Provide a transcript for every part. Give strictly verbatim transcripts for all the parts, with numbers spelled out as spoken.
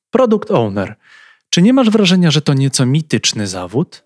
Product Owner. Czy nie masz wrażenia, że to nieco mityczny zawód?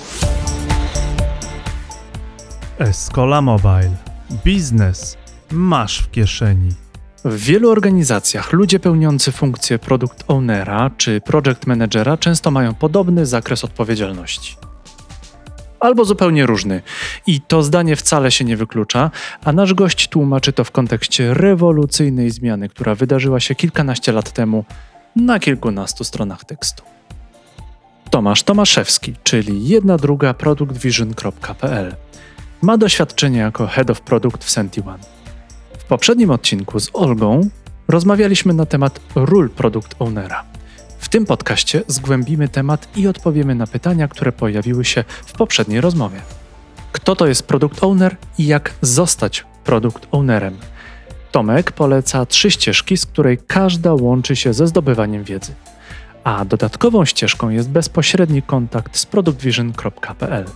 Escola Mobile. Biznes masz w kieszeni. W wielu organizacjach ludzie pełniący funkcję Product Ownera czy Project Managera często mają podobny zakres odpowiedzialności. Albo zupełnie różny. I to zdanie wcale się nie wyklucza, a nasz gość tłumaczy to w kontekście rewolucyjnej zmiany, która wydarzyła się kilkanaście lat temu na kilkunastu stronach tekstu. Tomasz Tomaszewski, czyli jedna druga productvision kropka p l. Ma doświadczenie jako Head of Product w SentiOne. W poprzednim odcinku z Olgą rozmawialiśmy na temat ról Product Ownera. W tym podcaście zgłębimy temat i odpowiemy na pytania, które pojawiły się w poprzedniej rozmowie. Kto to jest Product Owner i jak zostać Product Ownerem? Tomek poleca trzy ścieżki, z której każda łączy się ze zdobywaniem wiedzy. A dodatkową ścieżką jest bezpośredni kontakt z productvision kropka p l.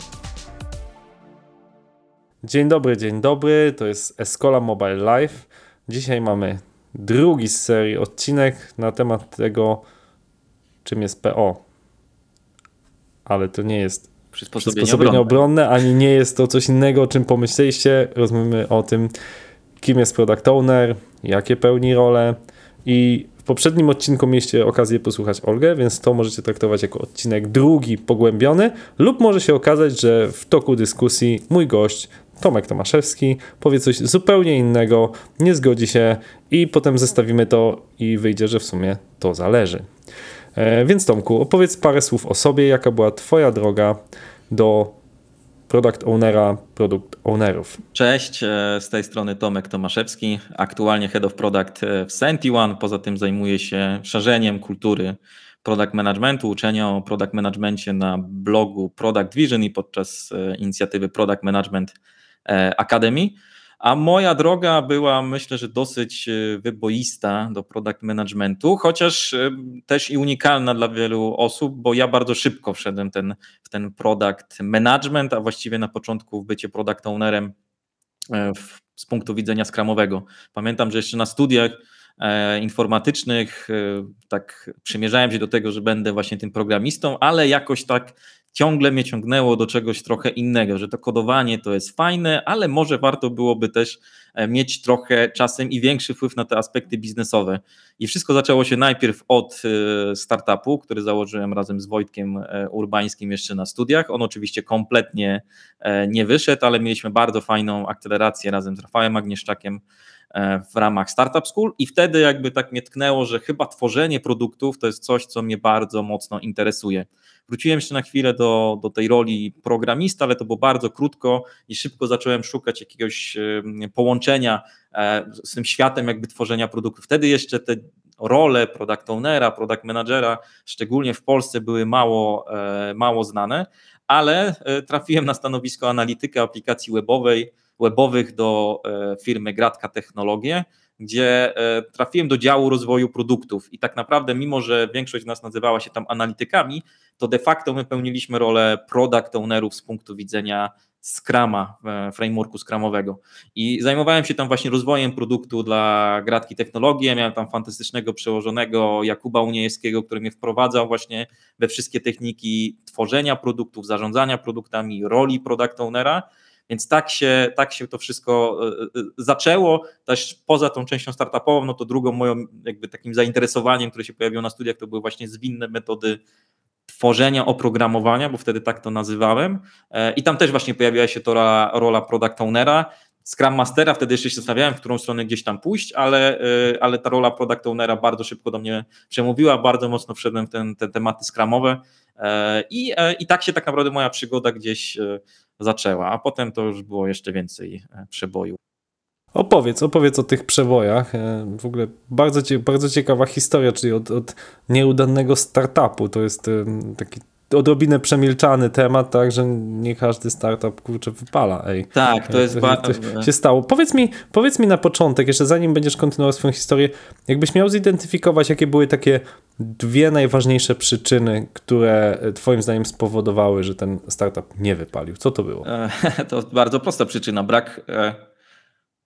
Dzień dobry, dzień dobry, to jest Escola Mobile Live. Dzisiaj mamy drugi z serii odcinek na temat tego, czym jest P O. Ale to nie jest Przysposobienie, przysposobienie obronne. obronne, ani nie jest to coś innego, o czym pomyśleliście. Rozmawiamy o tym, kim jest Product Owner, jakie pełni role i w poprzednim odcinku mieliście okazję posłuchać Olgę, więc to możecie traktować jako odcinek drugi pogłębiony lub może się okazać, że w toku dyskusji mój gość Tomek Tomaszewski powie coś zupełnie innego, nie zgodzi się i potem zestawimy to i wyjdzie, że w sumie to zależy. E, więc Tomku, opowiedz parę słów o sobie, jaka była twoja droga do Product Ownera, Product Ownerów. Cześć, z tej strony Tomek Tomaszewski, aktualnie Head of Product w SentiOne. Poza tym zajmuję się szerzeniem kultury product managementu, uczenia o product managemencie na blogu Product Vision i podczas inicjatywy Product Management Academy. A moja droga była, myślę, że dosyć wyboista do product managementu, chociaż też i unikalna dla wielu osób, bo ja bardzo szybko wszedłem ten, w ten product management, a właściwie na początku w bycie product ownerem w, z punktu widzenia scrumowego. Pamiętam, że jeszcze na studiach e, informatycznych e, tak przymierzałem się do tego, że będę właśnie tym programistą, ale jakoś tak ciągle mnie ciągnęło do czegoś trochę innego, że to kodowanie to jest fajne, ale może warto byłoby też mieć trochę czasem i większy wpływ na te aspekty biznesowe. I wszystko zaczęło się najpierw od startupu, który założyłem razem z Wojtkiem Urbańskim jeszcze na studiach. On oczywiście kompletnie nie wyszedł, ale mieliśmy bardzo fajną akcelerację razem z Rafałem Agnieszczakiem w ramach Startup School i wtedy jakby tak mnie tknęło, że chyba tworzenie produktów to jest coś, co mnie bardzo mocno interesuje. Wróciłem jeszcze na chwilę do, do tej roli programista, ale to było bardzo krótko i szybko zacząłem szukać jakiegoś połączenia z tym światem jakby tworzenia produktów. Wtedy jeszcze te role product ownera, product managera, szczególnie w Polsce były mało, mało znane, ale trafiłem na stanowisko analityka aplikacji webowej, webowych do firmy Gratka Technologie, gdzie trafiłem do działu rozwoju produktów i tak naprawdę mimo, że większość z nas nazywała się tam analitykami, to de facto my pełniliśmy rolę product ownerów z punktu widzenia Scruma, frameworku scrumowego i zajmowałem się tam właśnie rozwojem produktu dla Gratki Technologie, miałem tam fantastycznego przełożonego Jakuba Uniejewskiego, który mnie wprowadzał właśnie we wszystkie techniki tworzenia produktów, zarządzania produktami, roli product ownera. Więc tak się, tak się to wszystko zaczęło, też poza tą częścią startupową, no to drugą moją jakby takim zainteresowaniem, które się pojawiło na studiach, to były właśnie zwinne metody tworzenia oprogramowania, bo wtedy tak to nazywałem i tam też właśnie pojawiła się to rola, rola product ownera, Scrum Mastera, wtedy jeszcze się zastanawiałem, w którą stronę gdzieś tam pójść, ale, ale ta rola product ownera bardzo szybko do mnie przemówiła, bardzo mocno wszedłem w ten, te tematy scrumowe i, i tak się tak naprawdę moja przygoda gdzieś zaczęła, a potem to już było jeszcze więcej przeboju. Opowiedz, opowiedz o tych przebojach. W ogóle bardzo, bardzo ciekawa historia, czyli od, od nieudanego startupu. To jest taki odrobinę przemilczany temat, tak, że nie każdy startup, kurczę, wypala. Ej, tak, to jest to, bardzo... To się stało. Powiedz mi, powiedz mi na początek, jeszcze zanim będziesz kontynuował swoją historię, jakbyś miał zidentyfikować, jakie były takie dwie najważniejsze przyczyny, które twoim zdaniem spowodowały, że ten startup nie wypalił. Co to było? To bardzo prosta przyczyna. Brak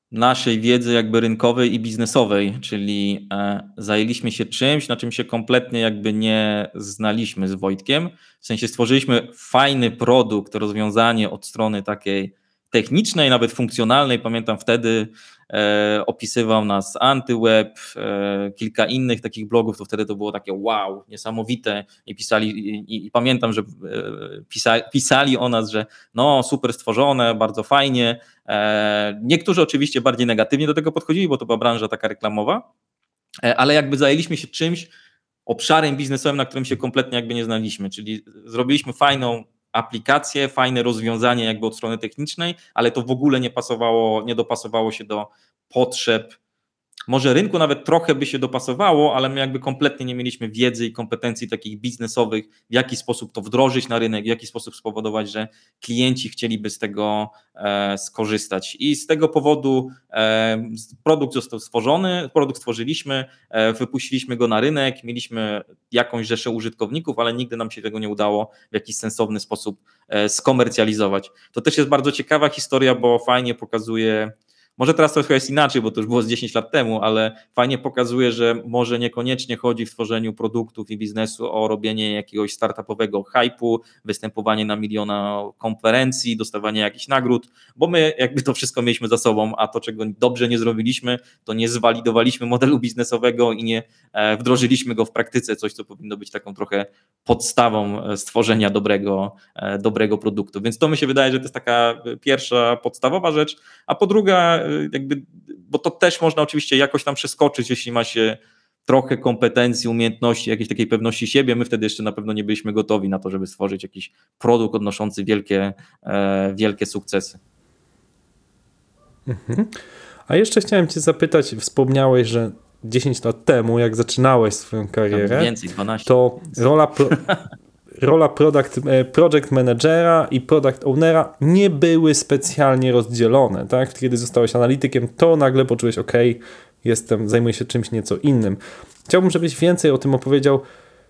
naszej wiedzy jakby rynkowej i biznesowej, czyli e, zajęliśmy się czymś, na czym się kompletnie jakby nie znaliśmy z Wojtkiem. W sensie stworzyliśmy fajny produkt, rozwiązanie od strony takiej technicznej, nawet funkcjonalnej. Pamiętam wtedy e, opisywał nas Antyweb, e, kilka innych takich blogów, to wtedy to było takie wow, niesamowite i pisali i, i pamiętam, że e, pisa, pisali o nas, że no super stworzone, bardzo fajnie. E, niektórzy oczywiście bardziej negatywnie do tego podchodzili, bo to była branża taka reklamowa, e, ale jakby zajęliśmy się czymś, obszarem biznesowym, na którym się kompletnie jakby nie znaliśmy, czyli zrobiliśmy fajną aplikację, fajne rozwiązanie jakby od strony technicznej, ale to w ogóle nie pasowało, nie dopasowało się do potrzeb, może rynku nawet trochę by się dopasowało, ale my jakby kompletnie nie mieliśmy wiedzy i kompetencji takich biznesowych, w jaki sposób to wdrożyć na rynek, w jaki sposób spowodować, że klienci chcieliby z tego e, skorzystać. I z tego powodu e, produkt został stworzony, produkt stworzyliśmy, e, wypuściliśmy go na rynek, mieliśmy jakąś rzeszę użytkowników, ale nigdy nam się tego nie udało w jakiś sensowny sposób e, skomercjalizować. To też jest bardzo ciekawa historia, bo fajnie pokazuje. Może teraz trochę jest inaczej, bo to już było z dziesięć lat temu, ale fajnie pokazuje, że może niekoniecznie chodzi w tworzeniu produktów i biznesu o robienie jakiegoś startupowego hype'u, występowanie na miliona konferencji, dostawanie jakichś nagród, bo my jakby to wszystko mieliśmy za sobą, a to, czego dobrze nie zrobiliśmy, to nie zwalidowaliśmy modelu biznesowego i nie wdrożyliśmy go w praktyce, coś, co powinno być taką trochę podstawą stworzenia dobrego, dobrego produktu. Więc to mi się wydaje, że to jest taka pierwsza podstawowa rzecz, a po druga jakby, bo to też można oczywiście jakoś tam przeskoczyć, jeśli ma się trochę kompetencji, umiejętności, jakiejś takiej pewności siebie. My wtedy jeszcze na pewno nie byliśmy gotowi na to, żeby stworzyć jakiś produkt odnoszący wielkie, e, wielkie sukcesy. Mhm. A jeszcze chciałem cię zapytać, wspomniałeś, że dziesięć lat temu, jak zaczynałeś swoją karierę, Więcej, dwanaście. To rola, pro, rola product, project managera i product ownera nie były specjalnie rozdzielone. Tak? Kiedy zostałeś analitykiem, to nagle poczułeś, ok, jestem, zajmuję się czymś nieco innym. Chciałbym, żebyś więcej o tym opowiedział,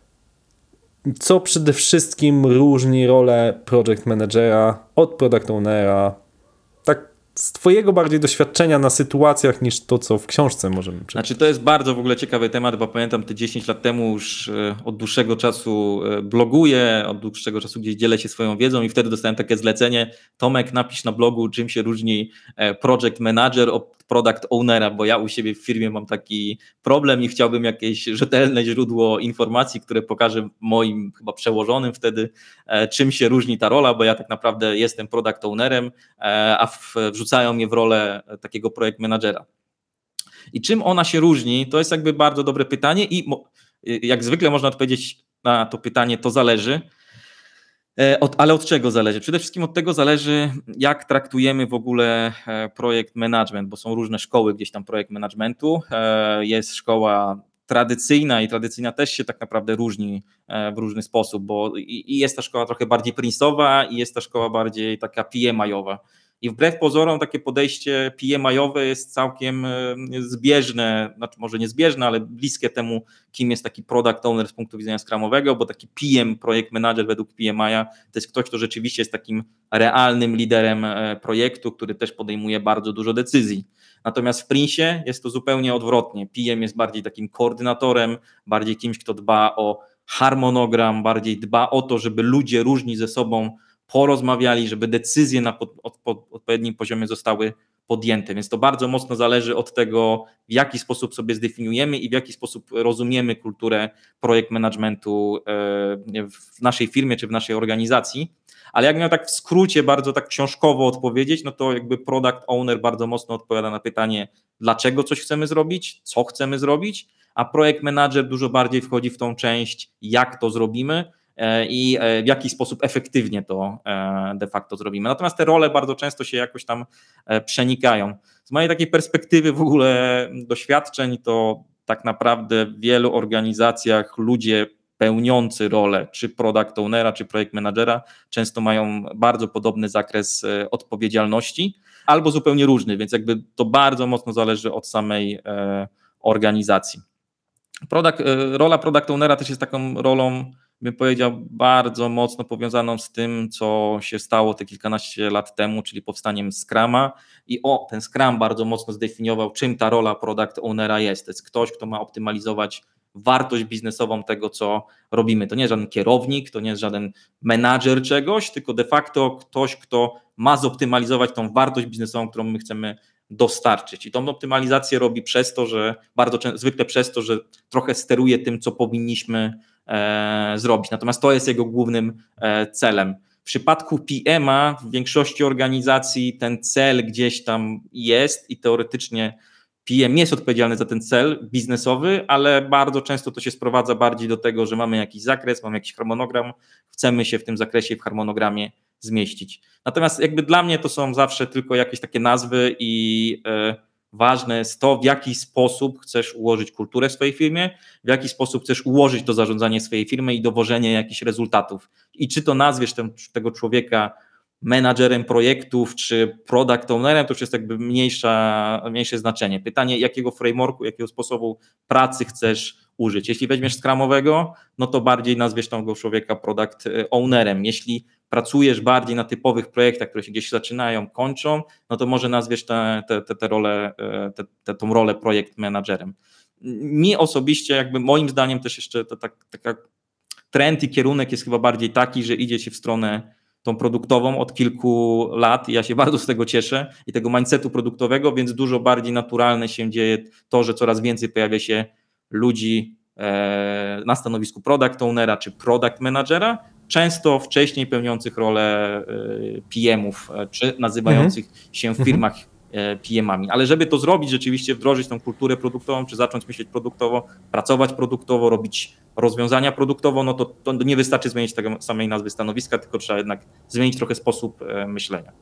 co przede wszystkim różni rolę project managera od product ownera, tak z twojego bardziej doświadczenia na sytuacjach niż to, co w książce możemy przeczytać. Znaczy to jest bardzo w ogóle ciekawy temat, bo pamiętam te dziesięć lat temu już od dłuższego czasu bloguję, od dłuższego czasu gdzieś dzielę się swoją wiedzą i wtedy dostałem takie zlecenie: Tomek, napisz na blogu, czym się różni project manager od product ownera, bo ja u siebie w firmie mam taki problem i chciałbym jakieś rzetelne źródło informacji, które pokaże moim chyba przełożonym wtedy, czym się różni ta rola, bo ja tak naprawdę jestem product ownerem, a wrzucają mnie w rolę takiego projekt managera. I czym ona się różni, to jest jakby bardzo dobre pytanie i jak zwykle można odpowiedzieć na to pytanie, to zależy. Od, ale od czego zależy? Przede wszystkim od tego zależy, jak traktujemy w ogóle projekt management, bo są różne szkoły gdzieś tam projekt managementu. Jest szkoła tradycyjna i tradycyjna też się tak naprawdę różni w różny sposób, bo i, i jest ta szkoła trochę bardziej prince'owa i jest ta szkoła bardziej taka P M I-owa. I wbrew pozorom takie podejście P M I-owe jest całkiem zbieżne, znaczy może nie zbieżne, ale bliskie temu, kim jest taki product owner z punktu widzenia scrumowego, bo taki P M, projekt manager według P M I-a, to jest ktoś, kto rzeczywiście jest takim realnym liderem projektu, który też podejmuje bardzo dużo decyzji. Natomiast w Prince'ie jest to zupełnie odwrotnie. P M jest bardziej takim koordynatorem, bardziej kimś, kto dba o harmonogram, bardziej dba o to, żeby ludzie różni ze sobą porozmawiali, żeby decyzje na pod, od, pod odpowiednim poziomie zostały podjęte. Więc to bardzo mocno zależy od tego, w jaki sposób sobie zdefiniujemy i w jaki sposób rozumiemy kulturę projekt managementu w naszej firmie czy w naszej organizacji. Ale jak miał tak w skrócie bardzo tak książkowo odpowiedzieć, no to jakby product owner bardzo mocno odpowiada na pytanie, dlaczego coś chcemy zrobić, co chcemy zrobić, a projekt manager dużo bardziej wchodzi w tą część, jak to zrobimy i w jaki sposób efektywnie to de facto zrobimy. Natomiast te role bardzo często się jakoś tam przenikają. Z mojej takiej perspektywy w ogóle doświadczeń, to tak naprawdę w wielu organizacjach ludzie pełniący rolę czy product ownera, czy projekt managera często mają bardzo podobny zakres odpowiedzialności albo zupełnie różny, więc jakby to bardzo mocno zależy od samej organizacji. Product, rola product ownera też jest taką rolą bym powiedział, bardzo mocno powiązaną z tym, co się stało te kilkanaście lat temu, czyli powstaniem Scruma. I o, ten Scrum bardzo mocno zdefiniował, czym ta rola product ownera jest. To jest ktoś, kto ma optymalizować wartość biznesową tego, co robimy. To nie jest żaden kierownik, to nie jest żaden menadżer czegoś, tylko de facto ktoś, kto ma zoptymalizować tą wartość biznesową, którą my chcemy dostarczyć. I tą optymalizację robi przez to, że bardzo często, zwykle przez to, że trochę steruje tym, co powinniśmy e, zrobić. Natomiast to jest jego głównym e, celem. W przypadku P M a w większości organizacji ten cel gdzieś tam jest i teoretycznie P M jest odpowiedzialny za ten cel biznesowy, ale bardzo często to się sprowadza bardziej do tego, że mamy jakiś zakres, mamy jakiś harmonogram, chcemy się w tym zakresie, w harmonogramie zmieścić. Natomiast jakby dla mnie to są zawsze tylko jakieś takie nazwy i y, ważne jest to, w jaki sposób chcesz ułożyć kulturę w swojej firmie, w jaki sposób chcesz ułożyć to zarządzanie swojej firmy i dowożenie jakichś rezultatów. I czy to nazwiesz ten, tego człowieka menadżerem projektów czy product ownerem, to już jest jakby mniejsza, mniejsze znaczenie. Pytanie, jakiego frameworku, jakiego sposobu pracy chcesz użyć. Jeśli weźmiesz Scrumowego, no to bardziej nazwiesz tego człowieka product ownerem. Jeśli pracujesz bardziej na typowych projektach, które się gdzieś zaczynają, kończą, no to może nazwiesz tę te, te, te rolę, te, te, tą rolę projekt managerem. Mi osobiście, jakby moim zdaniem też jeszcze to tak, taka trend i kierunek jest chyba bardziej taki, że idzie się w stronę tą produktową od kilku lat i ja się bardzo z tego cieszę i tego mindsetu produktowego, więc dużo bardziej naturalne się dzieje to, że coraz więcej pojawia się ludzi e, na stanowisku product ownera czy product managera, często wcześniej pełniących rolę e, P M-ów e, czy nazywających mhm. się w firmach P M-ami. Ale żeby to zrobić, rzeczywiście wdrożyć tą kulturę produktową, czy zacząć myśleć produktowo, pracować produktowo, robić rozwiązania produktowo, no to, to nie wystarczy zmienić tego samej nazwy stanowiska, tylko trzeba jednak zmienić trochę sposób myślenia.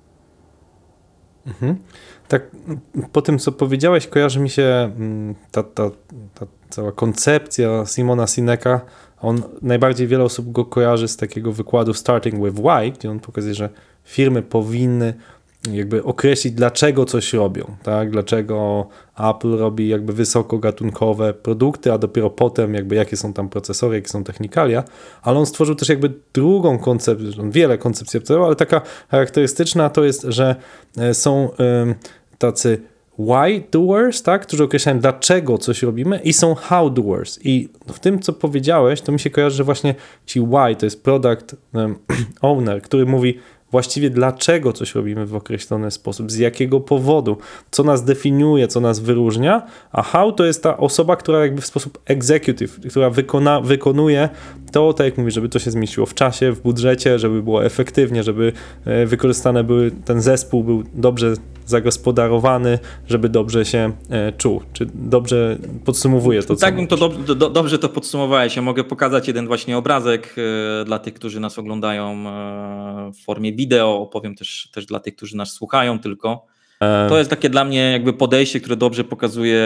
Mhm. Tak, po tym co powiedziałeś, kojarzy mi się ta, ta, ta cała koncepcja Simona Sineka. On najbardziej wiele osób go kojarzy z takiego wykładu Starting with Why, gdzie on pokazuje, że firmy powinny jakby określić, dlaczego coś robią, tak? Dlaczego Apple robi jakby wysokogatunkowe produkty, a dopiero potem jakby jakie są tam procesory, jakie są technikalia, ale on stworzył też jakby drugą koncepcję, on wiele koncepcji obserwował, ale taka charakterystyczna to jest, że są um, tacy why doers, tak? Którzy określają, dlaczego coś robimy, i są how doers. I w tym, co powiedziałeś, to mi się kojarzy, że właśnie ci why to jest product um, owner, który mówi właściwie dlaczego coś robimy w określony sposób, z jakiego powodu, co nas definiuje, co nas wyróżnia, a how to jest ta osoba, która jakby w sposób executive, która wykona, wykonuje to, tak jak mówię, żeby to się zmieściło w czasie, w budżecie, żeby było efektywnie, żeby wykorzystane były, ten zespół był dobrze zagospodarowany, żeby dobrze się e, czuł. Czy dobrze podsumowuję to, co Tak bym to do, do, dobrze to podsumowałeś. Ja mogę pokazać jeden właśnie obrazek e, dla tych, którzy nas oglądają e, w formie wideo. Opowiem też, też dla tych, którzy nas słuchają tylko. To jest takie dla mnie jakby podejście, które dobrze pokazuje,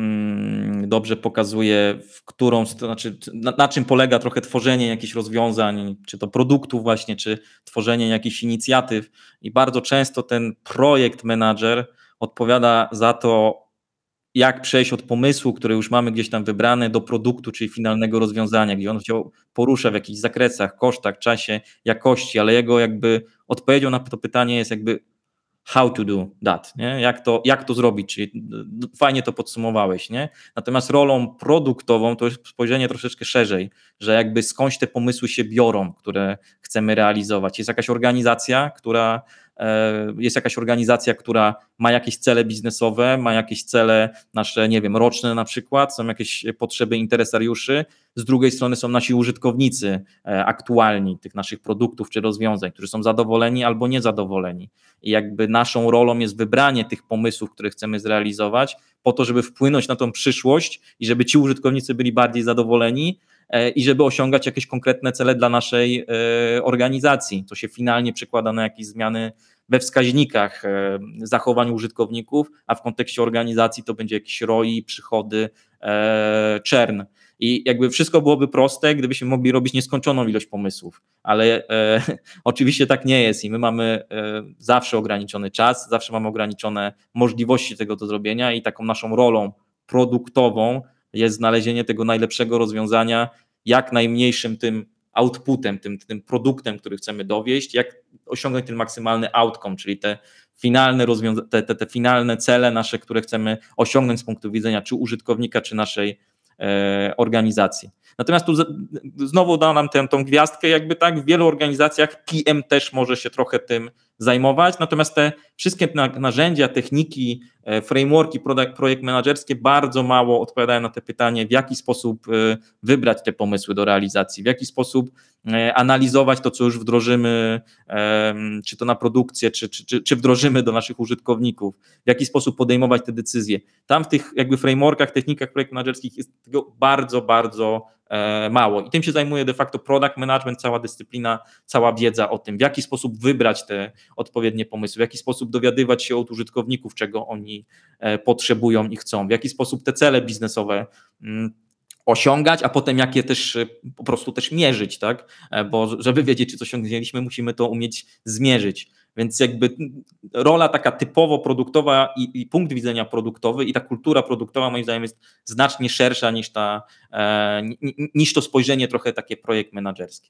mm, dobrze pokazuje, w którą, to znaczy na, na czym polega trochę tworzenie jakichś rozwiązań, czy to produktów właśnie, czy tworzenie jakichś inicjatyw. I bardzo często ten projekt manager odpowiada za to, jak przejść od pomysłu, który już mamy gdzieś tam wybrany, do produktu, czyli finalnego rozwiązania, gdzie on się porusza w jakichś zakresach, kosztach, czasie, jakości, ale jego jakby odpowiedzią na to pytanie jest jakby how to do that, nie? Jak to, jak to zrobić, czyli fajnie to podsumowałeś, nie? Natomiast rolą produktową to jest spojrzenie troszeczkę szerzej, że jakby skądś te pomysły się biorą, które chcemy realizować. Jest jakaś organizacja, która jest jakaś organizacja, która ma jakieś cele biznesowe, ma jakieś cele nasze, nie wiem, roczne na przykład, są jakieś potrzeby interesariuszy, z drugiej strony są nasi użytkownicy aktualni tych naszych produktów czy rozwiązań, którzy są zadowoleni albo niezadowoleni. I jakby naszą rolą jest wybranie tych pomysłów, które chcemy zrealizować, po to, żeby wpłynąć na tą przyszłość i żeby ci użytkownicy byli bardziej zadowoleni i żeby osiągać jakieś konkretne cele dla naszej organizacji, co się finalnie przekłada na jakieś zmiany we wskaźnikach zachowań użytkowników, a w kontekście organizacji to będzie jakieś R O I, przychody, churn. I jakby wszystko byłoby proste, gdybyśmy mogli robić nieskończoną ilość pomysłów, ale e, oczywiście tak nie jest i my mamy e, zawsze ograniczony czas, zawsze mamy ograniczone możliwości tego do zrobienia i taką naszą rolą produktową jest znalezienie tego najlepszego rozwiązania, jak najmniejszym tym outputem, tym, tym produktem, który chcemy dowieść, jak osiągnąć ten maksymalny outcome, czyli te finalne rozwiąza- te, te, te finalne cele nasze, które chcemy osiągnąć z punktu widzenia czy użytkownika, czy naszej e, organizacji. Natomiast tu z, znowu da nam tę tą gwiazdkę, jakby tak, w wielu organizacjach P M też może się trochę tym zajmować, natomiast te wszystkie na, narzędzia, techniki, e, frameworki, product, projekt menedżerskie bardzo mało odpowiadają na te pytanie, w jaki sposób e, wybrać te pomysły do realizacji, w jaki sposób e, analizować to, co już wdrożymy, e, czy to na produkcję, czy, czy, czy, czy wdrożymy do naszych użytkowników, w jaki sposób podejmować te decyzje. Tam w tych jakby frameworkach, technikach projekt menedżerskich jest tego bardzo, bardzo e, mało i tym się zajmuje de facto product management, cała dyscyplina, cała wiedza o tym, w jaki sposób wybrać te odpowiednie pomysły, w jaki sposób dowiadywać się od użytkowników, czego oni e, potrzebują i chcą, w jaki sposób te cele biznesowe mm, osiągać, a potem jak je też e, po prostu też mierzyć, tak? E, bo żeby wiedzieć, czy coś osiągnęliśmy, musimy to umieć zmierzyć. Więc jakby rola taka typowo produktowa i, i punkt widzenia produktowy i ta kultura produktowa moim zdaniem jest znacznie szersza niż, ta, e, niż to spojrzenie trochę takie projekt menedżerskie.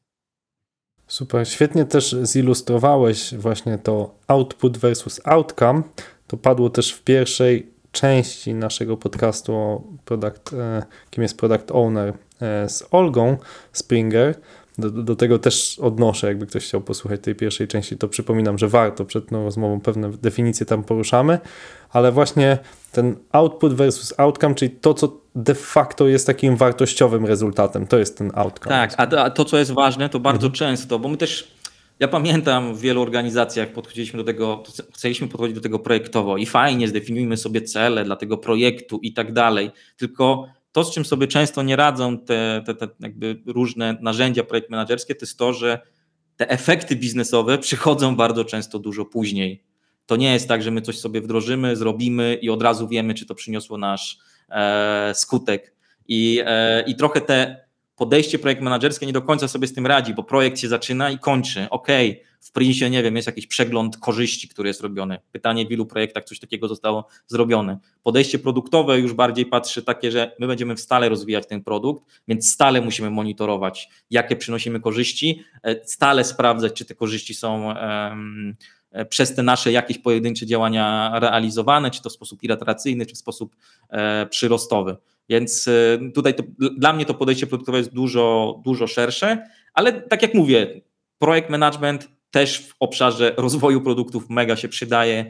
Super, świetnie też zilustrowałeś właśnie to output versus outcome. To padło też w pierwszej części naszego podcastu o product, kim jest product owner z Olgą Springer. Do, do tego też odnoszę, jakby ktoś chciał posłuchać tej pierwszej części, to przypominam, że warto przed tą rozmową pewne definicje tam poruszamy, ale właśnie ten output versus outcome, czyli to, co de facto jest takim wartościowym rezultatem, to jest ten outcome. Tak, a to, a to co jest ważne, to bardzo Mhm. często, bo my też, ja pamiętam w wielu organizacjach podchodziliśmy do tego, chcieliśmy podchodzić do tego projektowo i fajnie, zdefiniujmy sobie cele dla tego projektu i tak dalej, tylko to, z czym sobie często nie radzą te, te, te jakby różne narzędzia projekt menedżerskie, to jest to, że te efekty biznesowe przychodzą bardzo często dużo później. To nie jest tak, że my coś sobie wdrożymy, zrobimy i od razu wiemy, czy to przyniosło nasz e, skutek. I, e, I trochę te podejście projekt menedżerskie nie do końca sobie z tym radzi, bo projekt się zaczyna i kończy. Okej, okay, w Princie, nie wiem, jest jakiś przegląd korzyści, który jest robiony. Pytanie, w ilu projektach coś takiego zostało zrobione. Podejście produktowe już bardziej patrzy takie, że my będziemy stale rozwijać ten produkt, więc stale musimy monitorować, jakie przynosimy korzyści, stale sprawdzać, czy te korzyści są um, przez te nasze jakieś pojedyncze działania realizowane, czy to w sposób iteracyjny, czy w sposób e, przyrostowy. Więc tutaj to, dla mnie to podejście produktowe jest dużo, dużo szersze, ale tak jak mówię, projekt management też w obszarze rozwoju produktów mega się przydaje,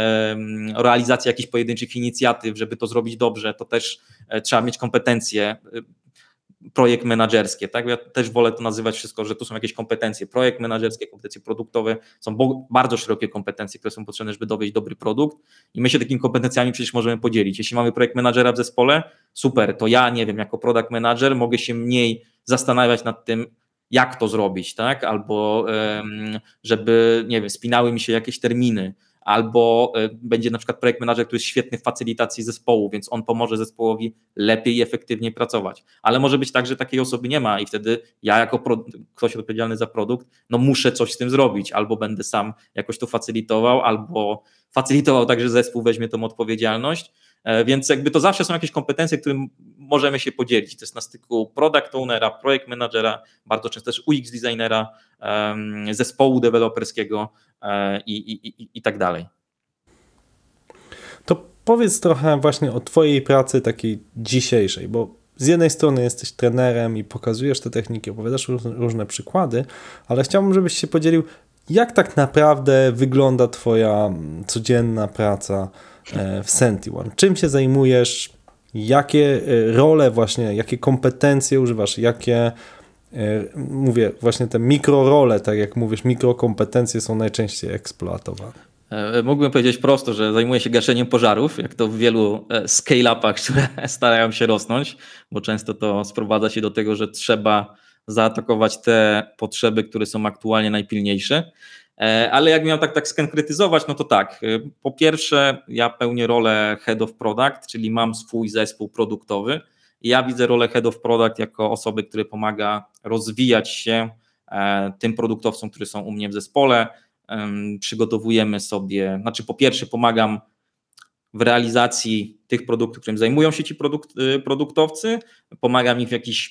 realizacja jakichś pojedynczych inicjatyw, żeby to zrobić dobrze, to też trzeba mieć kompetencje projekt menedżerskie, tak? Ja też wolę to nazywać wszystko, że tu są jakieś kompetencje projekt menedżerskie, kompetencje produktowe, są bo, bardzo szerokie kompetencje, które są potrzebne, żeby dowieść dobry produkt i my się takimi kompetencjami przecież możemy podzielić. Jeśli mamy projekt menedżera w zespole, super, to ja, nie wiem, jako product manager mogę się mniej zastanawiać nad tym, jak to zrobić, tak? Albo żeby, nie wiem, spinały mi się jakieś terminy, albo będzie na przykład projekt manager, który jest świetny w facylitacji zespołu, więc on pomoże zespołowi lepiej i efektywniej pracować. Ale może być tak, że takiej osoby nie ma i wtedy ja jako pro, ktoś odpowiedzialny za produkt, no muszę coś z tym zrobić, albo będę sam jakoś to facylitował, albo facylitował tak, że zespół weźmie tą odpowiedzialność, więc jakby to zawsze są jakieś kompetencje, którym możemy się podzielić. To jest na styku product ownera, projekt managera, bardzo często też U X designera, zespołu deweloperskiego i, i, i, i tak dalej. To powiedz trochę właśnie o twojej pracy takiej dzisiejszej, bo z jednej strony jesteś trenerem i pokazujesz te techniki, opowiadasz różne przykłady, ale chciałbym, żebyś się podzielił, jak tak naprawdę wygląda twoja codzienna praca w SentiOne. Czym się zajmujesz, jakie role właśnie, jakie kompetencje używasz, jakie, mówię, właśnie te mikrorole, tak jak mówisz, mikrokompetencje są najczęściej eksploatowane. Mógłbym powiedzieć prosto, że zajmuję się gaszeniem pożarów, jak to w wielu scale-upach, które starają się rosnąć, bo często to sprowadza się do tego, że trzeba zaatakować te potrzeby, które są aktualnie najpilniejsze. Ale jak miałem tak, tak skonkretyzować, no to tak, po pierwsze ja pełnię rolę Head of Product, czyli mam swój zespół produktowy i ja widzę rolę Head of Product jako osoby, które pomaga rozwijać się tym produktowcom, którzy są u mnie w zespole. Przygotowujemy sobie, znaczy po pierwsze pomagam w realizacji tych produktów, którym zajmują się ci produkt, produktowcy, pomagam im w jakichś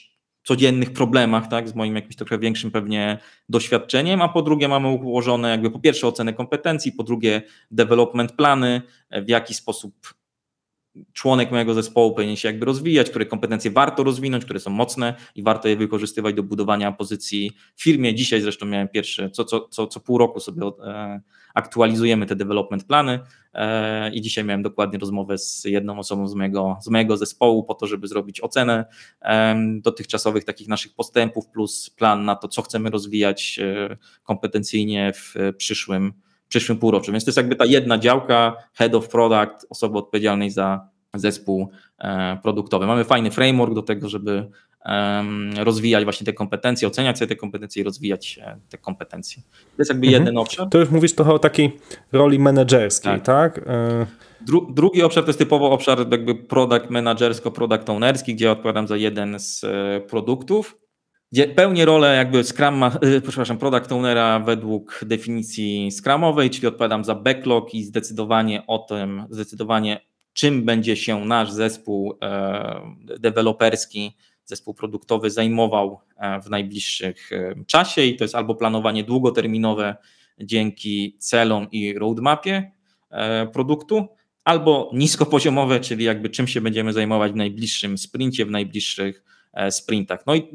codziennych problemach, tak, z moim jakimś trochę większym pewnie doświadczeniem, a po drugie mamy ułożone jakby po pierwsze ocenę kompetencji, po drugie development plany, w jaki sposób członek mojego zespołu powinien się jakby rozwijać, które kompetencje warto rozwinąć, które są mocne i warto je wykorzystywać do budowania pozycji w firmie. Dzisiaj zresztą miałem pierwsze, co, co, co, co pół roku sobie e, aktualizujemy te development plany e, i dzisiaj miałem dokładnie rozmowę z jedną osobą z mojego, z mojego zespołu po to, żeby zrobić ocenę e, dotychczasowych takich naszych postępów plus plan na to, co chcemy rozwijać e, kompetencyjnie w przyszłym przyszłym półroczu. Więc to jest jakby ta jedna działka, head of product, osoby odpowiedzialnej za zespół e, produktowy. Mamy fajny framework do tego, żeby e, rozwijać właśnie te kompetencje, oceniać sobie te kompetencje i rozwijać e, te kompetencje. To jest jakby mhm. jeden obszar. To już mówisz trochę o takiej roli menedżerskiej, tak? tak? Dru, drugi obszar to jest typowo obszar jakby product managersko-product ownerski, gdzie ja odpowiadam za jeden z e, produktów, gdzie pełnię rolę jakby Scrum, yy, przepraszam, product ownera według definicji scrumowej, czyli odpowiadam za backlog i zdecydowanie o tym, zdecydowanie czym będzie się nasz zespół e, deweloperski, zespół produktowy zajmował e, w najbliższych e, czasie i to jest albo planowanie długoterminowe dzięki celom i roadmapie e, produktu, albo niskopoziomowe, czyli jakby czym się będziemy zajmować w najbliższym sprincie, w najbliższych e, sprintach. No i e,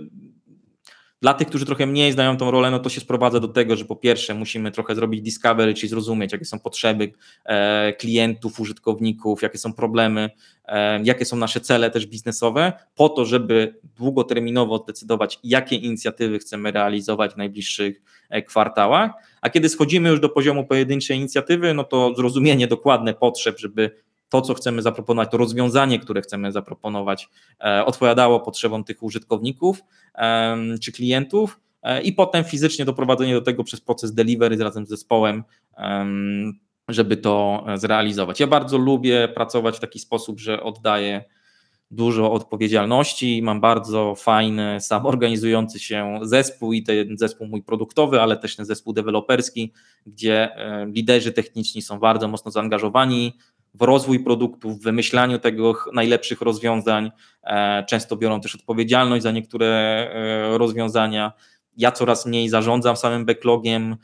dla tych, którzy trochę mniej znają tą rolę, no to się sprowadza do tego, że po pierwsze musimy trochę zrobić discovery, czyli zrozumieć, jakie są potrzeby e, klientów, użytkowników, jakie są problemy, e, jakie są nasze cele też biznesowe, po to, żeby długoterminowo zdecydować, jakie inicjatywy chcemy realizować w najbliższych e, kwartałach, a kiedy schodzimy już do poziomu pojedynczej inicjatywy, no to zrozumienie dokładne potrzeb, żeby to, co chcemy zaproponować, to rozwiązanie, które chcemy zaproponować, e, odpowiadało potrzebom tych użytkowników e, czy klientów e, i potem fizycznie doprowadzenie do tego przez proces delivery razem z zespołem, e, żeby to zrealizować. Ja bardzo lubię pracować w taki sposób, że oddaję dużo odpowiedzialności, mam bardzo fajny, samoorganizujący się zespół i ten zespół mój produktowy, ale też ten zespół deweloperski, gdzie e, liderzy techniczni są bardzo mocno zaangażowani w rozwój produktów, w wymyślaniu tego najlepszych rozwiązań, często biorą też odpowiedzialność za niektóre rozwiązania. Ja coraz mniej zarządzam samym backlogiem,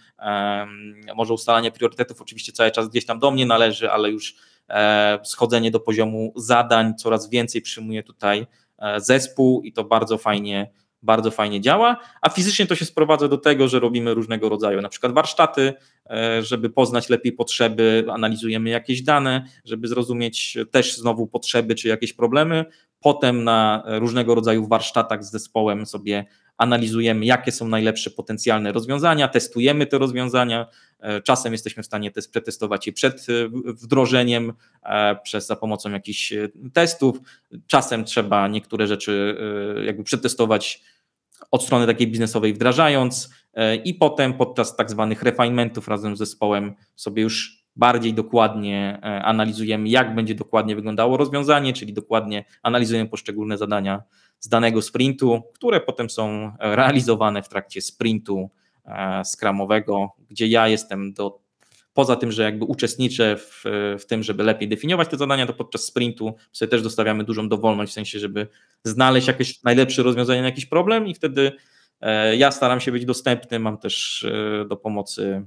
może ustalanie priorytetów oczywiście cały czas gdzieś tam do mnie należy, ale już schodzenie do poziomu zadań, coraz więcej przyjmuje tutaj zespół i to bardzo fajnie bardzo fajnie działa, a fizycznie to się sprowadza do tego, że robimy różnego rodzaju na przykład warsztaty, żeby poznać lepiej potrzeby, analizujemy jakieś dane, żeby zrozumieć też znowu potrzeby czy jakieś problemy. Potem na różnego rodzaju warsztatach z zespołem sobie analizujemy, jakie są najlepsze potencjalne rozwiązania, testujemy te rozwiązania, czasem jesteśmy w stanie też przetestować je przed wdrożeniem przez za pomocą jakichś testów, czasem trzeba niektóre rzeczy jakby przetestować od strony takiej biznesowej wdrażając i potem podczas tak zwanych refinementów razem z zespołem sobie już bardziej dokładnie analizujemy, jak będzie dokładnie wyglądało rozwiązanie, czyli dokładnie analizujemy poszczególne zadania z danego sprintu, które potem są realizowane w trakcie sprintu scrumowego, gdzie ja jestem do, poza tym, że jakby uczestniczę w, w tym, żeby lepiej definiować te zadania, to podczas sprintu sobie też dostawiamy dużą dowolność, w sensie, żeby znaleźć jakieś najlepsze rozwiązanie na jakiś problem i wtedy ja staram się być dostępny, mam też do pomocy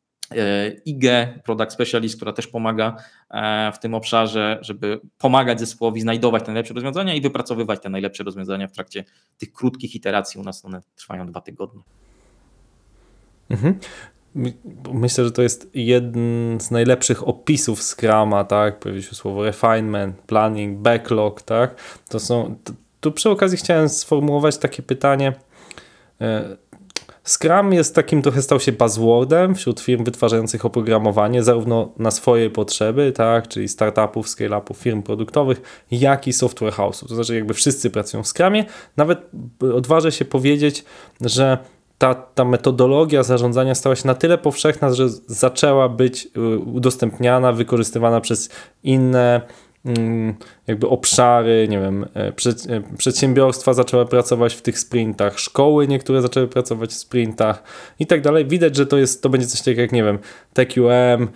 I G, Product Specialist, która też pomaga w tym obszarze, żeby pomagać zespołowi znajdować te najlepsze rozwiązania i wypracowywać te najlepsze rozwiązania w trakcie tych krótkich iteracji. U nas one trwają dwa tygodnie. Mhm. Myślę, że to jest jeden z najlepszych opisów Scruma, tak? Pojawiło się słowo refinement, planning, backlog, tak? To są, to, tu przy okazji chciałem sformułować takie pytanie. Scrum jest takim, trochę stał się buzzwordem wśród firm wytwarzających oprogramowanie, zarówno na swoje potrzeby, tak, czyli startupów, scale-upów, firm produktowych, jak i software house'ów. To znaczy jakby wszyscy pracują w Scrumie. Nawet odważę się powiedzieć, że ta, ta metodologia zarządzania stała się na tyle powszechna, że zaczęła być udostępniana, wykorzystywana przez inne jakby obszary, nie wiem, przedsiębiorstwa zaczęły pracować w tych sprintach, szkoły niektóre zaczęły pracować w sprintach i tak dalej. Widać, że to jest, to będzie coś takiego jak, nie wiem, T Q M,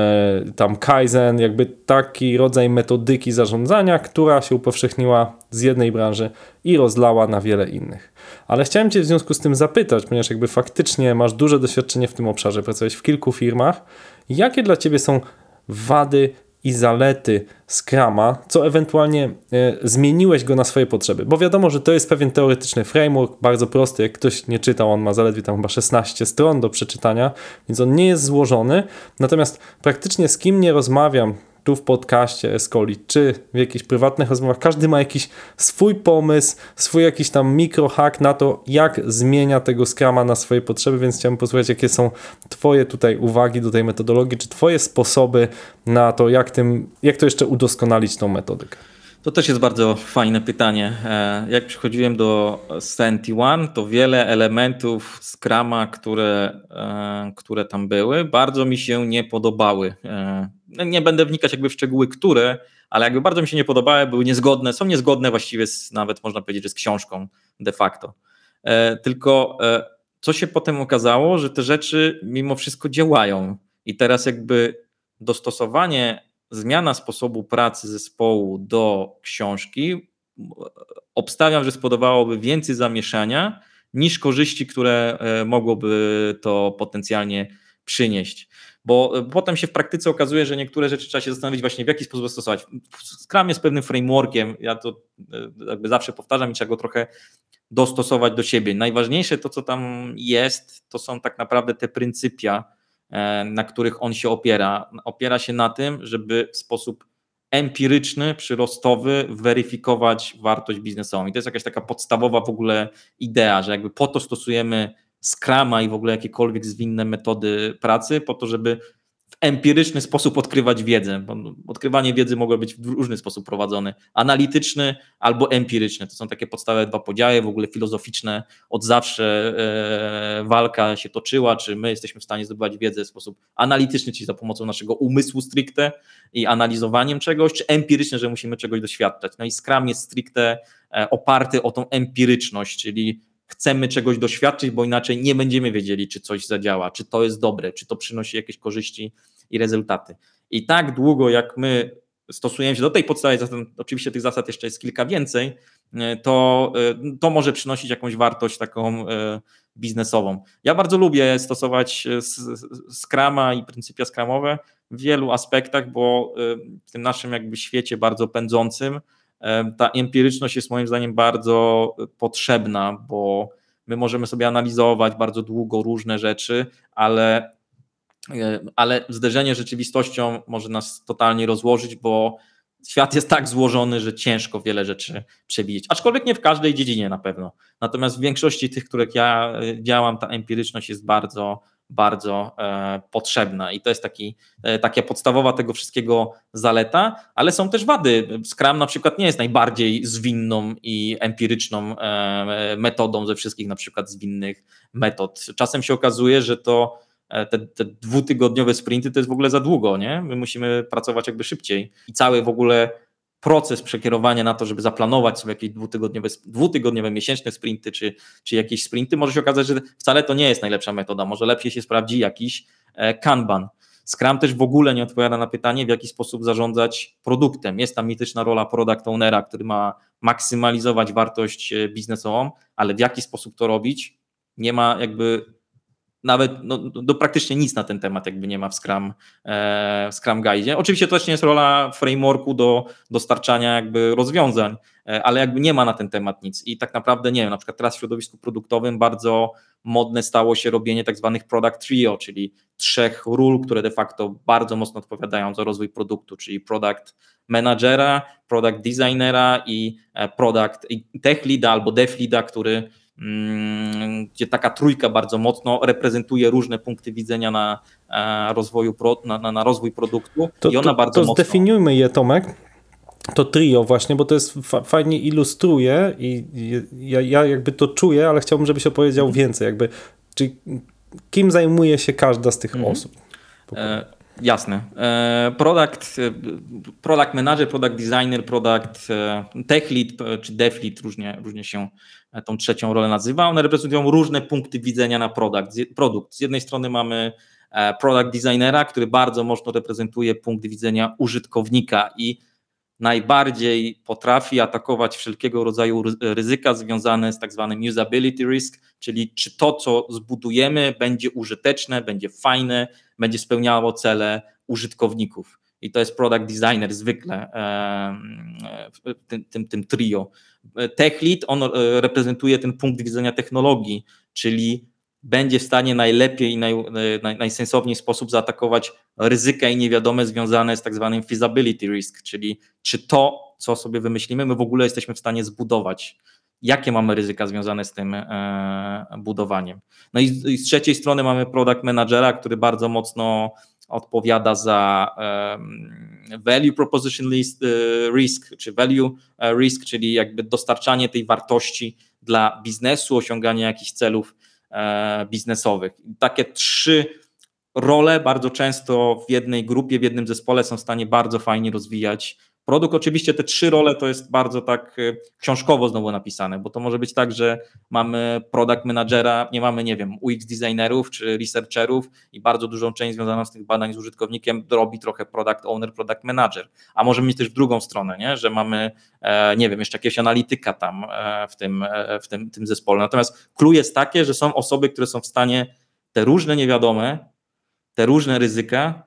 tam Kaizen, jakby taki rodzaj metodyki zarządzania, która się upowszechniła z jednej branży i rozlała na wiele innych. Ale chciałem Cię w związku z tym zapytać, ponieważ jakby faktycznie masz duże doświadczenie w tym obszarze, pracowałeś w kilku firmach, jakie dla Ciebie są wady i zalety Scruma, co ewentualnie y, zmieniłeś go na swoje potrzeby, bo wiadomo, że to jest pewien teoretyczny framework, bardzo prosty, jak ktoś nie czytał, on ma zaledwie tam chyba szesnaście stron do przeczytania, więc on nie jest złożony, natomiast praktycznie z kim nie rozmawiam tu w podcaście Escoli, czy w jakichś prywatnych rozmowach, każdy ma jakiś swój pomysł, swój jakiś tam mikrohack na to, jak zmienia tego Scruma na swoje potrzeby, więc chciałem posłuchać, jakie są Twoje tutaj uwagi do tej metodologii, czy Twoje sposoby na to, jak, tym, jak to jeszcze udoskonalić tą metodykę. To też jest bardzo fajne pytanie. Jak przychodziłem do Senti One, to wiele elementów Scruma, które, które tam były, bardzo mi się nie podobały. Nie będę wnikać jakby w szczegóły, które, ale jakby bardzo mi się nie podobały, były niezgodne, są niezgodne właściwie z, nawet można powiedzieć, że z książką de facto. Tylko co się potem okazało, że te rzeczy mimo wszystko działają i teraz jakby dostosowanie, zmiana sposobu pracy zespołu do książki obstawiam, że spowodowałoby więcej zamieszania niż korzyści, które mogłoby to potencjalnie przynieść. Bo potem się w praktyce okazuje, że niektóre rzeczy trzeba się zastanowić właśnie, w jaki sposób stosować. Scrum jest pewnym frameworkiem, ja to jakby zawsze powtarzam i trzeba go trochę dostosować do siebie. Najważniejsze to, co tam jest, to są tak naprawdę te pryncypia, na których on się opiera. Opiera się na tym, żeby w sposób empiryczny, przyrostowy weryfikować wartość biznesową. I to jest jakaś taka podstawowa w ogóle idea, że jakby po to stosujemy Scruma i w ogóle jakiekolwiek zwinne metody pracy, po to, żeby w empiryczny sposób odkrywać wiedzę. Bo odkrywanie wiedzy mogło być w różny sposób prowadzone. Analityczny albo empiryczny. To są takie podstawowe dwa podziały, w ogóle filozoficzne. Od zawsze e, walka się toczyła, czy my jesteśmy w stanie zdobywać wiedzę w sposób analityczny, czyli za pomocą naszego umysłu stricte i analizowaniem czegoś, czy empiryczny, że musimy czegoś doświadczać. No i Scrum jest stricte e, oparty o tą empiryczność, czyli chcemy czegoś doświadczyć, bo inaczej nie będziemy wiedzieli, czy coś zadziała, czy to jest dobre, czy to przynosi jakieś korzyści i rezultaty. I tak długo, jak my stosujemy się do tej podstawy, zatem oczywiście tych zasad jeszcze jest kilka więcej, to, to może przynosić jakąś wartość taką biznesową. Ja bardzo lubię stosować Scruma i pryncypia Scrumowe w wielu aspektach, bo w tym naszym jakby świecie bardzo pędzącym ta empiryczność jest moim zdaniem bardzo potrzebna, bo my możemy sobie analizować bardzo długo różne rzeczy, ale, ale zderzenie z rzeczywistością może nas totalnie rozłożyć, bo świat jest tak złożony, że ciężko wiele rzeczy przewidzieć. Aczkolwiek nie w każdej dziedzinie na pewno. Natomiast w większości tych, których ja działam, ta empiryczność jest bardzo bardzo e, potrzebna i to jest taki, e, taka podstawowa tego wszystkiego zaleta, ale są też wady. Scrum na przykład nie jest najbardziej zwinną i empiryczną e, metodą ze wszystkich na przykład zwinnych metod. Czasem się okazuje, że to e, te, te dwutygodniowe sprinty to jest w ogóle za długo, nie? My musimy pracować jakby szybciej i cały w ogóle proces przekierowania na to, żeby zaplanować sobie jakieś dwutygodniowe, dwutygodniowe miesięczne sprinty, czy, czy jakieś sprinty, może się okazać, że wcale to nie jest najlepsza metoda, może lepiej się sprawdzi jakiś Kanban. Scrum też w ogóle nie odpowiada na pytanie, w jaki sposób zarządzać produktem. Jest tam mityczna rola product ownera, który ma maksymalizować wartość biznesową, ale w jaki sposób to robić, nie ma jakby nawet no, do praktycznie nic na ten temat jakby nie ma w Scrum, e, w Scrum Guide. Oczywiście to też nie jest rola frameworku do dostarczania jakby rozwiązań, e, ale jakby nie ma na ten temat nic i tak naprawdę nie wiem, na przykład teraz w środowisku produktowym bardzo modne stało się robienie tak zwanych product trio, czyli trzech ról, które de facto bardzo mocno odpowiadają za rozwój produktu, czyli product managera, product designera i product i tech leada albo dev leada, który gdzie taka trójka bardzo mocno reprezentuje różne punkty widzenia na rozwoju na, na, na rozwój produktu to, i ona to, bardzo to mocno... zdefiniujmy je, Tomek, to trio właśnie, bo to jest fa- fajnie ilustruje i ja, ja jakby to czuję, ale chciałbym, żebyś opowiedział mm. więcej, jakby, czyli kim zajmuje się każda z tych mm. osób? E, Jasne. E, Product, e, product manager, product designer, product e, tech lead e, czy dev lead, różnie, różnie się e, tą trzecią rolę nazywa. One reprezentują różne punkty widzenia na produkt. Z, produkt. Z jednej strony mamy e, product designera, który bardzo mocno reprezentuje punkt widzenia użytkownika i najbardziej potrafi atakować wszelkiego rodzaju ryzyka związane z tak zwanym usability risk, czyli czy to, co zbudujemy, będzie użyteczne, będzie fajne, będzie spełniało cele użytkowników. I to jest product designer zwykle w tym, tym, tym trio. Tech lead, on reprezentuje ten punkt widzenia technologii, czyli będzie w stanie najlepiej i naj, naj, najsensowniej sposób zaatakować ryzyka i niewiadome związane z tak zwanym feasibility risk, czyli czy to, co sobie wymyślimy, my w ogóle jesteśmy w stanie zbudować. Jakie mamy ryzyka związane z tym e, budowaniem. No i z, i z trzeciej strony mamy product managera, który bardzo mocno odpowiada za e, value proposition list, e, risk, czy value risk, czyli jakby dostarczanie tej wartości dla biznesu, osiąganie jakichś celów biznesowych. Takie trzy role bardzo często w jednej grupie, w jednym zespole są w stanie bardzo fajnie rozwijać produkt. Oczywiście te trzy role to jest bardzo tak książkowo znowu napisane, bo to może być tak, że mamy product managera, nie mamy, nie wiem, U X designerów czy researcherów i bardzo dużą część związaną z tych badań z użytkownikiem robi trochę product owner, product manager. A możemy mieć też w drugą stronę, nie? Że mamy, nie wiem, jeszcze jakiegoś analityka tam w tym, w tym, tym zespole. Natomiast clue jest takie, że są osoby, które są w stanie te różne niewiadome, te różne ryzyka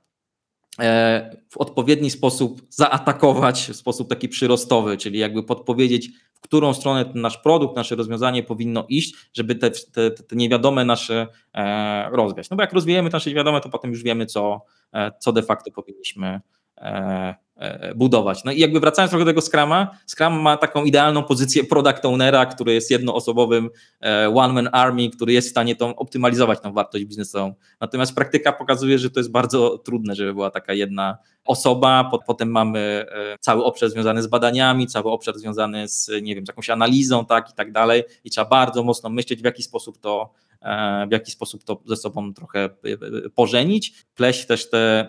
w odpowiedni sposób zaatakować w sposób taki przyrostowy, czyli jakby podpowiedzieć, w którą stronę ten nasz produkt, nasze rozwiązanie powinno iść, żeby te, te, te niewiadome nasze e, rozwiać. No bo jak rozwijemy nasze niewiadome, to potem już wiemy, co, e, co de facto powinniśmy e, e, budować. No i jakby wracając trochę do tego Scruma, Scrum ma taką idealną pozycję product ownera, który jest jednoosobowym e, one-man army, który jest w stanie tą, optymalizować tą wartość biznesową. Natomiast praktyka pokazuje, że to jest bardzo trudne, żeby była taka jedna osoba, potem mamy cały obszar związany z badaniami, cały obszar związany z, nie wiem, z jakąś analizą, tak i tak dalej i trzeba bardzo mocno myśleć, w jaki sposób to, w jaki sposób to ze sobą trochę pożenić, pleść też te,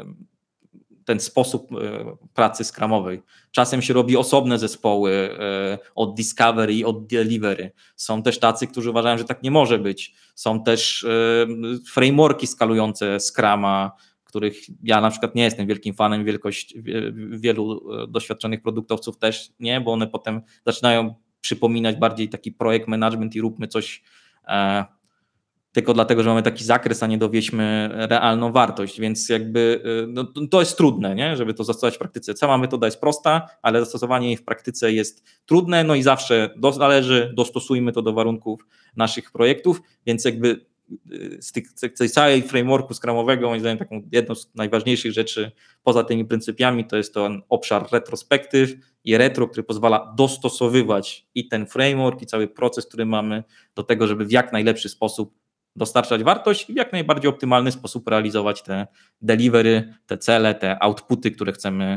ten sposób pracy scrumowej. Czasem się robi osobne zespoły od discovery i od delivery. Są też tacy, którzy uważają, że tak nie może być. Są też frameworki skalujące Scruma, których ja na przykład nie jestem wielkim fanem, wielkość wielu doświadczonych produktowców też nie, bo one potem zaczynają przypominać bardziej taki projekt management i róbmy coś e, tylko dlatego, że mamy taki zakres, a nie dowieźmy realną wartość, więc jakby no, to jest trudne, nie? Żeby to zastosować w praktyce. Cała metoda jest prosta, ale zastosowanie jej w praktyce jest trudne, no i zawsze do, należy, dostosujmy to do warunków naszych projektów, więc jakby z tych, z tej całej frameworku scrumowego, moim zdaniem taką jedną z najważniejszych rzeczy poza tymi pryncypiami to jest ten obszar retrospektyw i retro, który pozwala dostosowywać i ten framework i cały proces, który mamy do tego, żeby w jak najlepszy sposób dostarczać wartość i w jak najbardziej optymalny sposób realizować te delivery, te cele, te outputy, które chcemy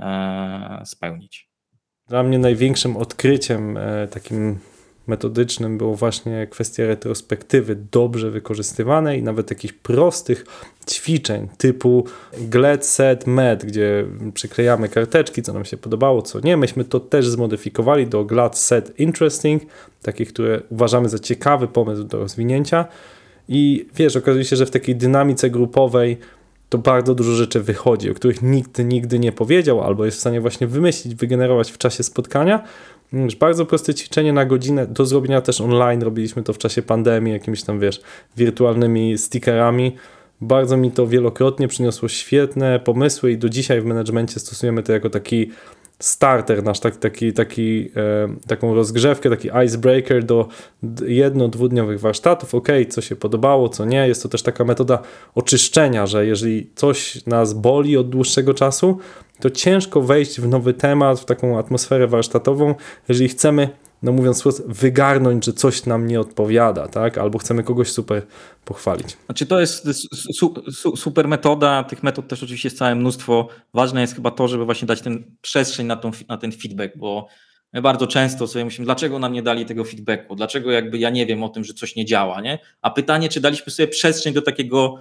e, spełnić. Dla mnie największym odkryciem e, takim metodycznym było właśnie kwestia retrospektywy dobrze wykorzystywanej i nawet jakichś prostych ćwiczeń typu glad, set, met, gdzie przyklejamy karteczki, co nam się podobało, co nie. Myśmy to też zmodyfikowali do glad, set, interesting, takich, które uważamy za ciekawy pomysł do rozwinięcia i wiesz, okazuje się, że w takiej dynamice grupowej to bardzo dużo rzeczy wychodzi, o których nikt nigdy nie powiedział albo jest w stanie właśnie wymyślić, wygenerować w czasie spotkania. Bardzo proste ćwiczenie na godzinę, do zrobienia też online, robiliśmy to w czasie pandemii, jakimiś tam, wiesz, wirtualnymi stickerami. Bardzo mi to wielokrotnie przyniosło świetne pomysły i do dzisiaj w managemencie stosujemy to jako taki starter nasz, taki, taki, taki, e, taką rozgrzewkę, taki icebreaker do jedno-dwudniowych warsztatów. Ok, co się podobało, co nie. Jest to też taka metoda oczyszczenia, że jeżeli coś nas boli od dłuższego czasu, to ciężko wejść w nowy temat, w taką atmosferę warsztatową, jeżeli chcemy, no mówiąc wprost, wygarnąć, że coś nam nie odpowiada, tak? Albo chcemy kogoś super pochwalić. Znaczy to jest su, su, super metoda, tych metod też oczywiście jest całe mnóstwo. Ważne jest chyba to, żeby właśnie dać ten przestrzeń na, tą, na ten feedback, bo my bardzo często sobie myślimy, dlaczego nam nie dali tego feedbacku, dlaczego jakby ja nie wiem o tym, że coś nie działa, nie? A pytanie, czy daliśmy sobie przestrzeń do takiego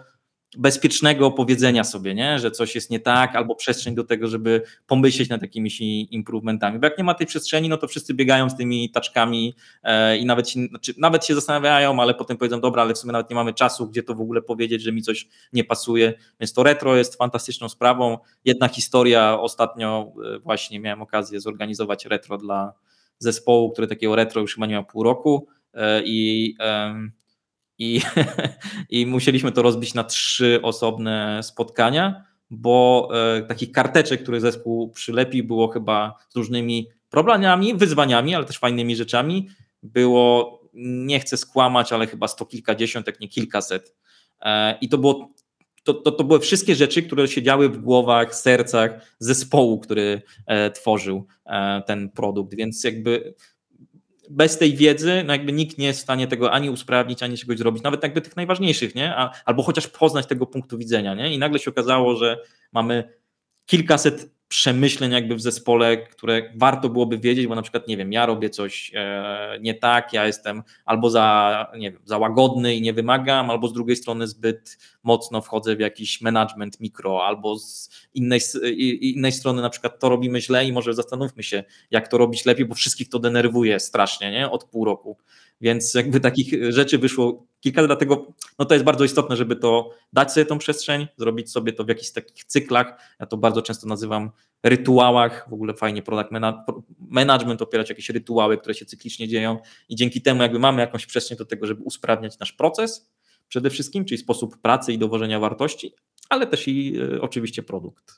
bezpiecznego powiedzenia sobie, nie? Że coś jest nie tak, albo przestrzeń do tego, żeby pomyśleć nad jakimiś improvementami. Bo jak nie ma tej przestrzeni, no to wszyscy biegają z tymi taczkami e, i nawet się, znaczy, nawet się zastanawiają, ale potem powiedzą, dobra, ale w sumie nawet nie mamy czasu, gdzie to w ogóle powiedzieć, że mi coś nie pasuje. Więc to retro jest fantastyczną sprawą. Jedna historia, ostatnio właśnie miałem okazję zorganizować retro dla zespołu, który takiego retro już chyba nie ma pół roku e, i e, I, I musieliśmy to rozbić na trzy osobne spotkania, bo e, takich karteczek, które zespół przylepił, było chyba z różnymi problemami, wyzwaniami, ale też fajnymi rzeczami. Było, nie chcę skłamać, ale chyba sto kilkadziesiąt, jak nie kilkaset. E, I to było To, to, to były wszystkie rzeczy, które się działy w głowach, sercach zespołu, który e, tworzył e, ten produkt, więc jakby bez tej wiedzy no jakby nikt nie jest w stanie tego ani usprawnić, ani czegoś zrobić, nawet jakby tych najważniejszych, nie? A, albo chociaż poznać tego punktu widzenia, nie? I nagle się okazało, że mamy kilkaset przemyśleń jakby w zespole, które warto byłoby wiedzieć, bo na przykład, nie wiem, ja robię coś e, nie tak, ja jestem albo za, nie wiem, za łagodny i nie wymagam, albo z drugiej strony zbyt mocno wchodzę w jakiś management mikro, albo z innej, innej strony na przykład to robimy źle i może zastanówmy się, jak to robić lepiej, bo wszystkich to denerwuje strasznie, nie? Od pół roku. Więc jakby takich rzeczy wyszło kilka, dlatego no to jest bardzo istotne, żeby to dać sobie tą przestrzeń, zrobić sobie to w jakichś takich cyklach, ja to bardzo często nazywam rytuałach, w ogóle fajnie product management opierać jakieś rytuały, które się cyklicznie dzieją i dzięki temu jakby mamy jakąś przestrzeń do tego, żeby usprawniać nasz proces przede wszystkim, czyli sposób pracy i dowożenia wartości, ale też i y, oczywiście produkt.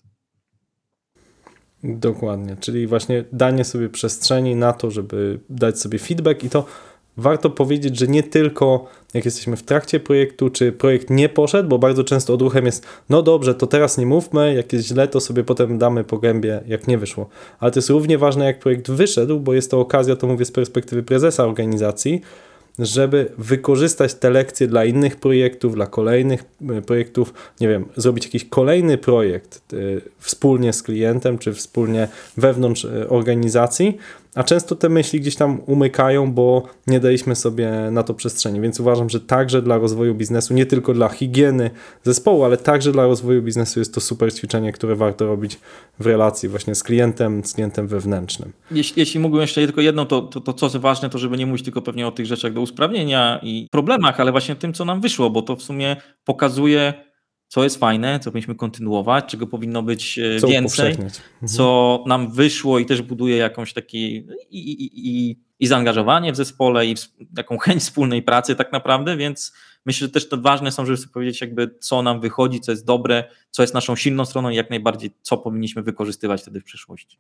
Dokładnie, czyli właśnie danie sobie przestrzeni na to, żeby dać sobie feedback i to warto powiedzieć, że nie tylko jak jesteśmy w trakcie projektu, czy projekt nie poszedł, bo bardzo często odruchem jest, no dobrze, to teraz nie mówmy, jak jest źle, to sobie potem damy po gębie, jak nie wyszło. Ale to jest równie ważne, jak projekt wyszedł, bo jest to okazja, to mówię z perspektywy prezesa organizacji, żeby wykorzystać te lekcje dla innych projektów, dla kolejnych projektów, nie wiem, zrobić jakiś kolejny projekt y, wspólnie z klientem, czy wspólnie wewnątrz y, organizacji, a często te myśli gdzieś tam umykają, bo nie daliśmy sobie na to przestrzeni, więc uważam, że także dla rozwoju biznesu, nie tylko dla higieny zespołu, ale także dla rozwoju biznesu jest to super ćwiczenie, które warto robić w relacji właśnie z klientem, z klientem wewnętrznym. Jeśli, jeśli mógłbym jeszcze tylko jedno, to, to, to co jest ważne, to żeby nie mówić tylko pewnie o tych rzeczach do usprawnienia i problemach, ale właśnie tym, co nam wyszło, bo to w sumie pokazuje, co jest fajne, co powinniśmy kontynuować, czego powinno być co więcej, mhm. co nam wyszło i też buduje jakąś taki i, i, i, i zaangażowanie w zespole i taką chęć wspólnej pracy tak naprawdę, więc myślę, że też to ważne są, żeby sobie powiedzieć jakby co nam wychodzi, co jest dobre, co jest naszą silną stroną i jak najbardziej co powinniśmy wykorzystywać wtedy w przyszłości.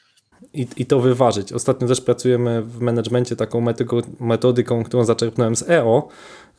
I, I to wyważyć. Ostatnio też pracujemy w managemencie taką metodyką, którą zaczerpnąłem z E O,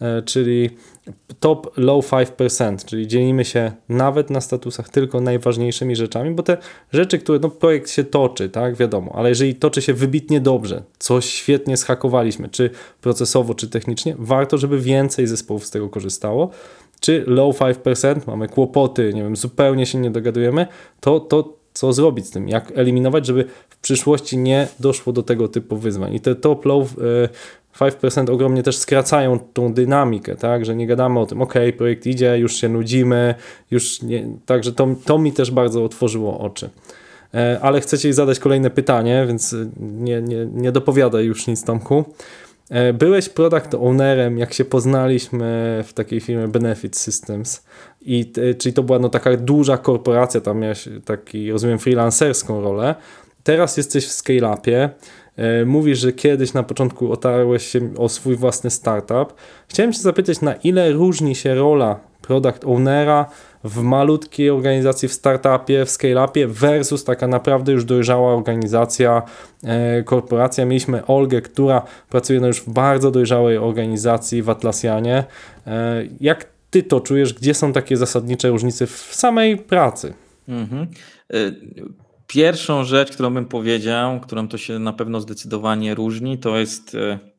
czyli top low pięć procent, czyli dzielimy się nawet na statusach tylko najważniejszymi rzeczami, bo te rzeczy, które, no projekt się toczy, tak, wiadomo, ale jeżeli toczy się wybitnie dobrze, coś świetnie zhakowaliśmy, czy procesowo, czy technicznie, warto, żeby więcej zespołów z tego korzystało. Czy low pięć procent, mamy kłopoty, nie wiem, zupełnie się nie dogadujemy, to, to co zrobić z tym, jak eliminować, żeby w przyszłości nie doszło do tego typu wyzwań. I te top low pięć procent ogromnie też skracają tą dynamikę, tak, że nie gadamy o tym, ok, projekt idzie, już się nudzimy, już nie, także to, to mi też bardzo otworzyło oczy. Ale chcę Ci zadać kolejne pytanie, więc nie, nie, nie dopowiadaj już nic, Tomku. Byłeś product ownerem, jak się poznaliśmy w takiej firmie Benefit Systems, i czyli to była no taka duża korporacja, tam miałeś taki, rozumiem, freelancerską rolę. Teraz jesteś w scale-upie, mówisz, że kiedyś na początku otarłeś się o swój własny startup. Chciałem Cię zapytać, na ile różni się rola product ownera w malutkiej organizacji, w startupie, w scale-upie versus taka naprawdę już dojrzała organizacja, e, korporacja. Mieliśmy Olgę, która pracuje no już w bardzo dojrzałej organizacji w Atlassianie. E, jak Ty to czujesz? Gdzie są takie zasadnicze różnice w samej pracy? Mhm. Pierwszą rzecz, którą bym powiedział, którą to się na pewno zdecydowanie różni, to jest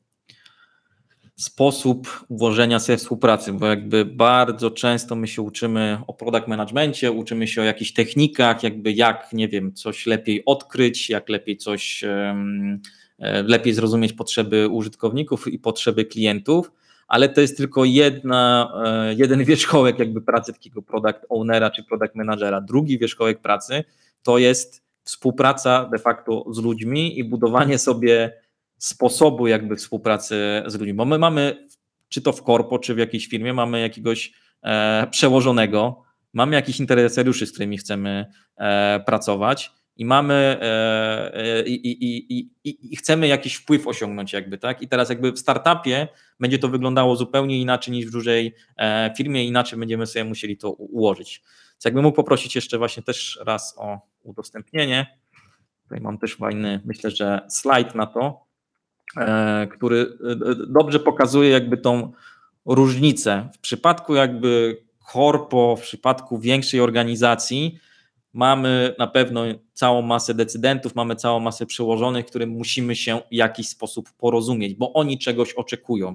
sposób ułożenia sobie współpracy, bo jakby bardzo często my się uczymy o product managemencie, uczymy się o jakichś technikach, jakby jak, nie wiem, coś lepiej odkryć, jak lepiej coś, um, lepiej zrozumieć potrzeby użytkowników i potrzeby klientów, ale to jest tylko jedna, jeden wierzchołek jakby pracy takiego product ownera czy product managera. Drugi wierzchołek pracy to jest współpraca de facto z ludźmi i budowanie sobie sposobu jakby współpracy z ludźmi, bo my mamy, czy to w korpo, czy w jakiejś firmie, mamy jakiegoś e, przełożonego, mamy jakichś interesariuszy, z którymi chcemy e, pracować i mamy e, e, i, i, i, i, i chcemy jakiś wpływ osiągnąć jakby, tak? I teraz jakby w startupie będzie to wyglądało zupełnie inaczej niż w dużej e, firmie, inaczej będziemy sobie musieli to ułożyć. Więc jakbym mógł poprosić jeszcze właśnie też raz o udostępnienie. Tutaj mam też fajny, myślę, że slajd na to, e, który dobrze pokazuje jakby tą różnicę. W przypadku jakby korpo, w przypadku większej organizacji mamy na pewno całą masę decydentów, mamy całą masę przełożonych, którym musimy się w jakiś sposób porozumieć, bo oni czegoś oczekują.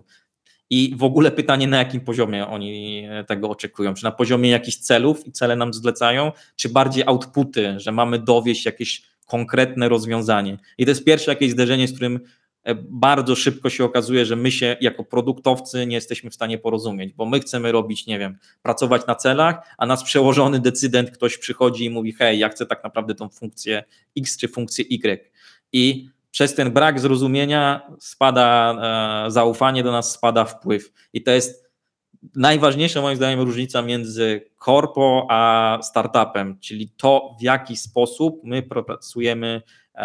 I w ogóle pytanie, na jakim poziomie oni tego oczekują? Czy na poziomie jakichś celów i cele nam zlecają, czy bardziej outputy, że mamy dowieść jakieś konkretne rozwiązanie? I to jest pierwsze jakieś zderzenie, z którym bardzo szybko się okazuje, że my się jako produktowcy nie jesteśmy w stanie porozumieć, bo my chcemy robić, nie wiem, pracować na celach, a nas przełożony decydent ktoś przychodzi i mówi: hej, ja chcę tak naprawdę tą funkcję X czy funkcję Y. I przez ten brak zrozumienia spada e, zaufanie do nas, spada wpływ. I to jest najważniejsza moim zdaniem różnica między korpo a startupem, czyli to, w jaki sposób my pracujemy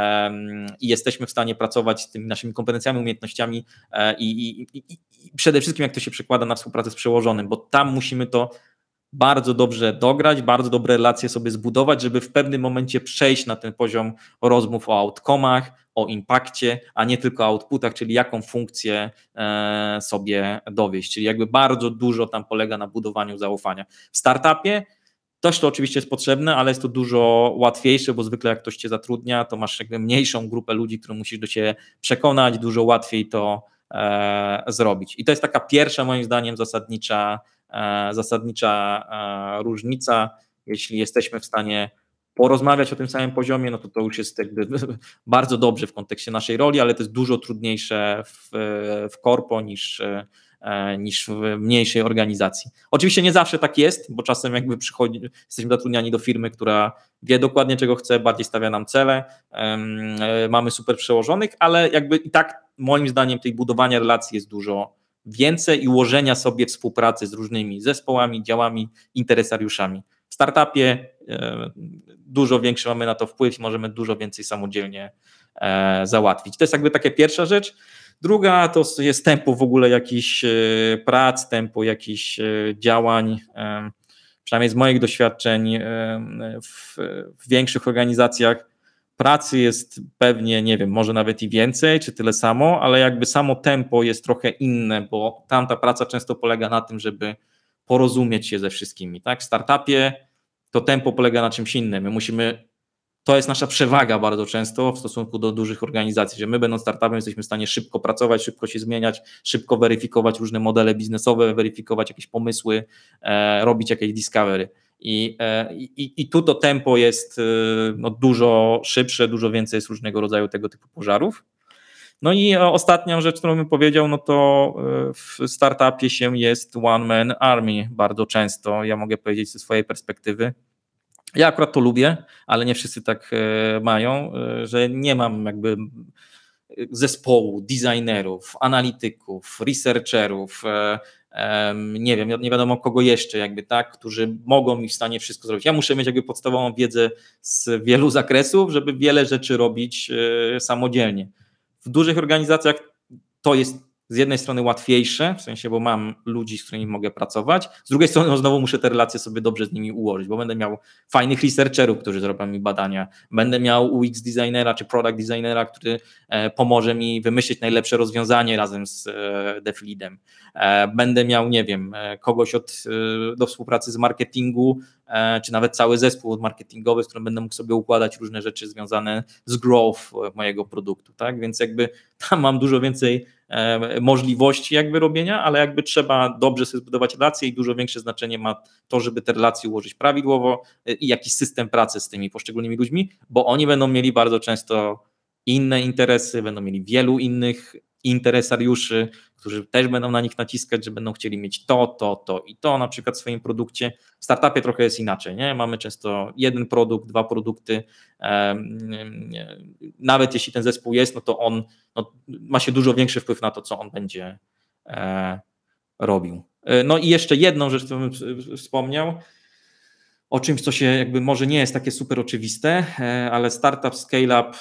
um, i jesteśmy w stanie pracować z tymi naszymi kompetencjami, umiejętnościami e, i, i, i, i przede wszystkim jak to się przekłada na współpracę z przełożonym, bo tam musimy to bardzo dobrze dograć, bardzo dobre relacje sobie zbudować, żeby w pewnym momencie przejść na ten poziom rozmów o outcome'ach, o impakcie, a nie tylko o outputach, czyli jaką funkcję e, sobie dowieść. Czyli jakby bardzo dużo tam polega na budowaniu zaufania. W startupie też to oczywiście jest potrzebne, ale jest to dużo łatwiejsze, bo zwykle jak ktoś cię zatrudnia, to masz jakby mniejszą grupę ludzi, którą musisz do siebie przekonać, dużo łatwiej to e, zrobić. I to jest taka pierwsza moim zdaniem zasadnicza zasadnicza różnica. Jeśli jesteśmy w stanie porozmawiać o tym samym poziomie, no to to już jest jakby bardzo dobrze w kontekście naszej roli, ale to jest dużo trudniejsze w, w korpo niż, niż w mniejszej organizacji. Oczywiście nie zawsze tak jest, bo czasem jakby przychodzi, jesteśmy zatrudniani do firmy, która wie dokładnie czego chce, bardziej stawia nam cele, um, mamy super przełożonych, ale jakby i tak moim zdaniem tej budowania relacji jest dużo więcej i ułożenia sobie współpracy z różnymi zespołami, działami, interesariuszami. W startupie e, dużo większy mamy na to wpływ i możemy dużo więcej samodzielnie e, załatwić. To jest jakby taka pierwsza rzecz. Druga to jest tempo w ogóle jakichś e, prac, tempo jakichś e, działań, e, przynajmniej z moich doświadczeń e, w, w większych organizacjach pracy jest pewnie, nie wiem, może nawet i więcej, czy tyle samo, ale jakby samo tempo jest trochę inne, bo tam ta praca często polega na tym, żeby porozumieć się ze wszystkimi. Tak? W startupie to tempo polega na czymś innym. My musimy, to jest nasza przewaga bardzo często w stosunku do dużych organizacji, że my będąc startupem jesteśmy w stanie szybko pracować, szybko się zmieniać, szybko weryfikować różne modele biznesowe, weryfikować jakieś pomysły, e, robić jakieś discovery. I, i, I tu to tempo jest no, dużo szybsze, dużo więcej jest różnego rodzaju tego typu pożarów. No i ostatnią rzecz, którą bym powiedział, no to w startupie się jest one man army bardzo często. Ja mogę powiedzieć ze swojej perspektywy. Ja akurat to lubię, ale nie wszyscy tak mają, że nie mam jakby zespołu designerów, analityków, researcherów, nie wiem, nie wiadomo kogo jeszcze jakby, tak, którzy mogą mi w stanie wszystko zrobić. Ja muszę mieć jakby podstawową wiedzę z wielu zakresów, żeby wiele rzeczy robić samodzielnie. W dużych organizacjach to jest z jednej strony łatwiejsze, w sensie, bo mam ludzi, z którymi mogę pracować, z drugiej strony no znowu muszę te relacje sobie dobrze z nimi ułożyć, bo będę miał fajnych researcherów, którzy zrobią mi badania, będę miał U X designera czy product designera, który e, pomoże mi wymyślić najlepsze rozwiązanie razem z e, dev leadem. E, będę miał, nie wiem, e, kogoś od, e, do współpracy z marketingu, e, czy nawet cały zespół marketingowy, z którym będę mógł sobie układać różne rzeczy związane z growth mojego produktu, tak? Więc jakby tam mam dużo więcej możliwości jakby robienia, ale jakby trzeba dobrze sobie zbudować relacje i dużo większe znaczenie ma to, żeby te relacje ułożyć prawidłowo i jakiś system pracy z tymi poszczególnymi ludźmi, bo oni będą mieli bardzo często inne interesy, będą mieli wielu innych interesariuszy, którzy też będą na nich naciskać, że będą chcieli mieć to, to, to i to na przykład w swoim produkcie. W startupie trochę jest inaczej, nie? Mamy często jeden produkt, dwa produkty, nawet jeśli ten zespół jest, no to on no, ma się dużo większy wpływ na to, co on będzie e, robił. No i jeszcze jedną rzecz, którą bym wspomniał, o czymś, co się jakby może nie jest takie super oczywiste, ale startup, scale-up,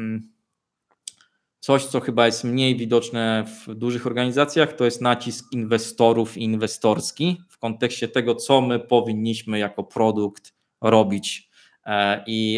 coś, co chyba jest mniej widoczne w dużych organizacjach, to jest nacisk inwestorów i inwestorski w kontekście tego, co my powinniśmy jako produkt robić. I,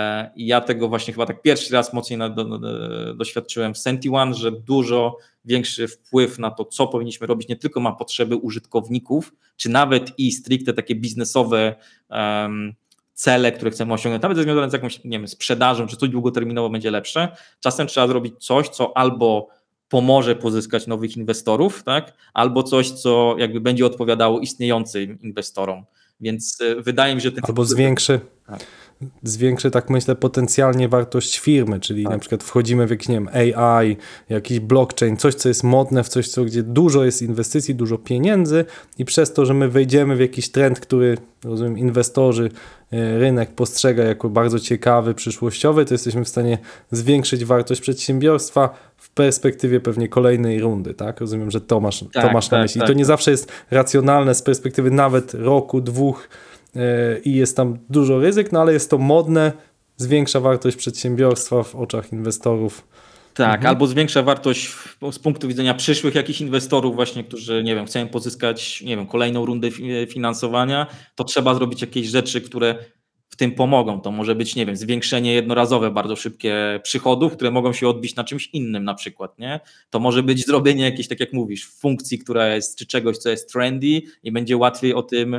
i ja tego właśnie chyba tak pierwszy raz mocniej na, do, do, doświadczyłem w SentiOne, że dużo większy wpływ na to, co powinniśmy robić, nie tylko ma potrzeby użytkowników, czy nawet i stricte takie biznesowe um, cele, które chcemy osiągnąć, nawet związane z jakąś, nie wiem, sprzedażą, czy coś długoterminowo będzie lepsze. Czasem trzeba zrobić coś, co albo pomoże pozyskać nowych inwestorów, tak, albo coś, co jakby będzie odpowiadało istniejącym inwestorom. Więc wydaje mi się, że ten... Albo zwiększy, tak. zwiększy, tak myślę, potencjalnie wartość firmy, czyli tak. Na przykład wchodzimy w jakiś, nie wiem, A I, jakiś blockchain, coś, co jest modne, w coś, co, gdzie dużo jest inwestycji, dużo pieniędzy i przez to, że my wejdziemy w jakiś trend, który, rozumiem, inwestorzy, rynek postrzega jako bardzo ciekawy, przyszłościowy, to jesteśmy w stanie zwiększyć wartość przedsiębiorstwa w perspektywie pewnie kolejnej rundy, tak? Rozumiem, że to masz, tak, to masz na tak, myśli. tak, I to nie tak. zawsze jest racjonalne z perspektywy nawet roku, dwóch yy, i jest tam dużo ryzyk, no ale jest to modne, zwiększa wartość przedsiębiorstwa w oczach inwestorów. Tak, mhm. albo zwiększa wartość w, z punktu widzenia przyszłych jakichś inwestorów właśnie, którzy, nie wiem, chcą pozyskać, nie wiem, kolejną rundę finansowania, to trzeba zrobić jakieś rzeczy, które w tym pomogą. To może być, nie wiem, zwiększenie jednorazowe, bardzo szybkie przychodów, które mogą się odbić na czymś innym na przykład, nie? To może być zrobienie jakiejś, tak jak mówisz, funkcji, która jest, czy czegoś, co jest trendy i będzie łatwiej o tym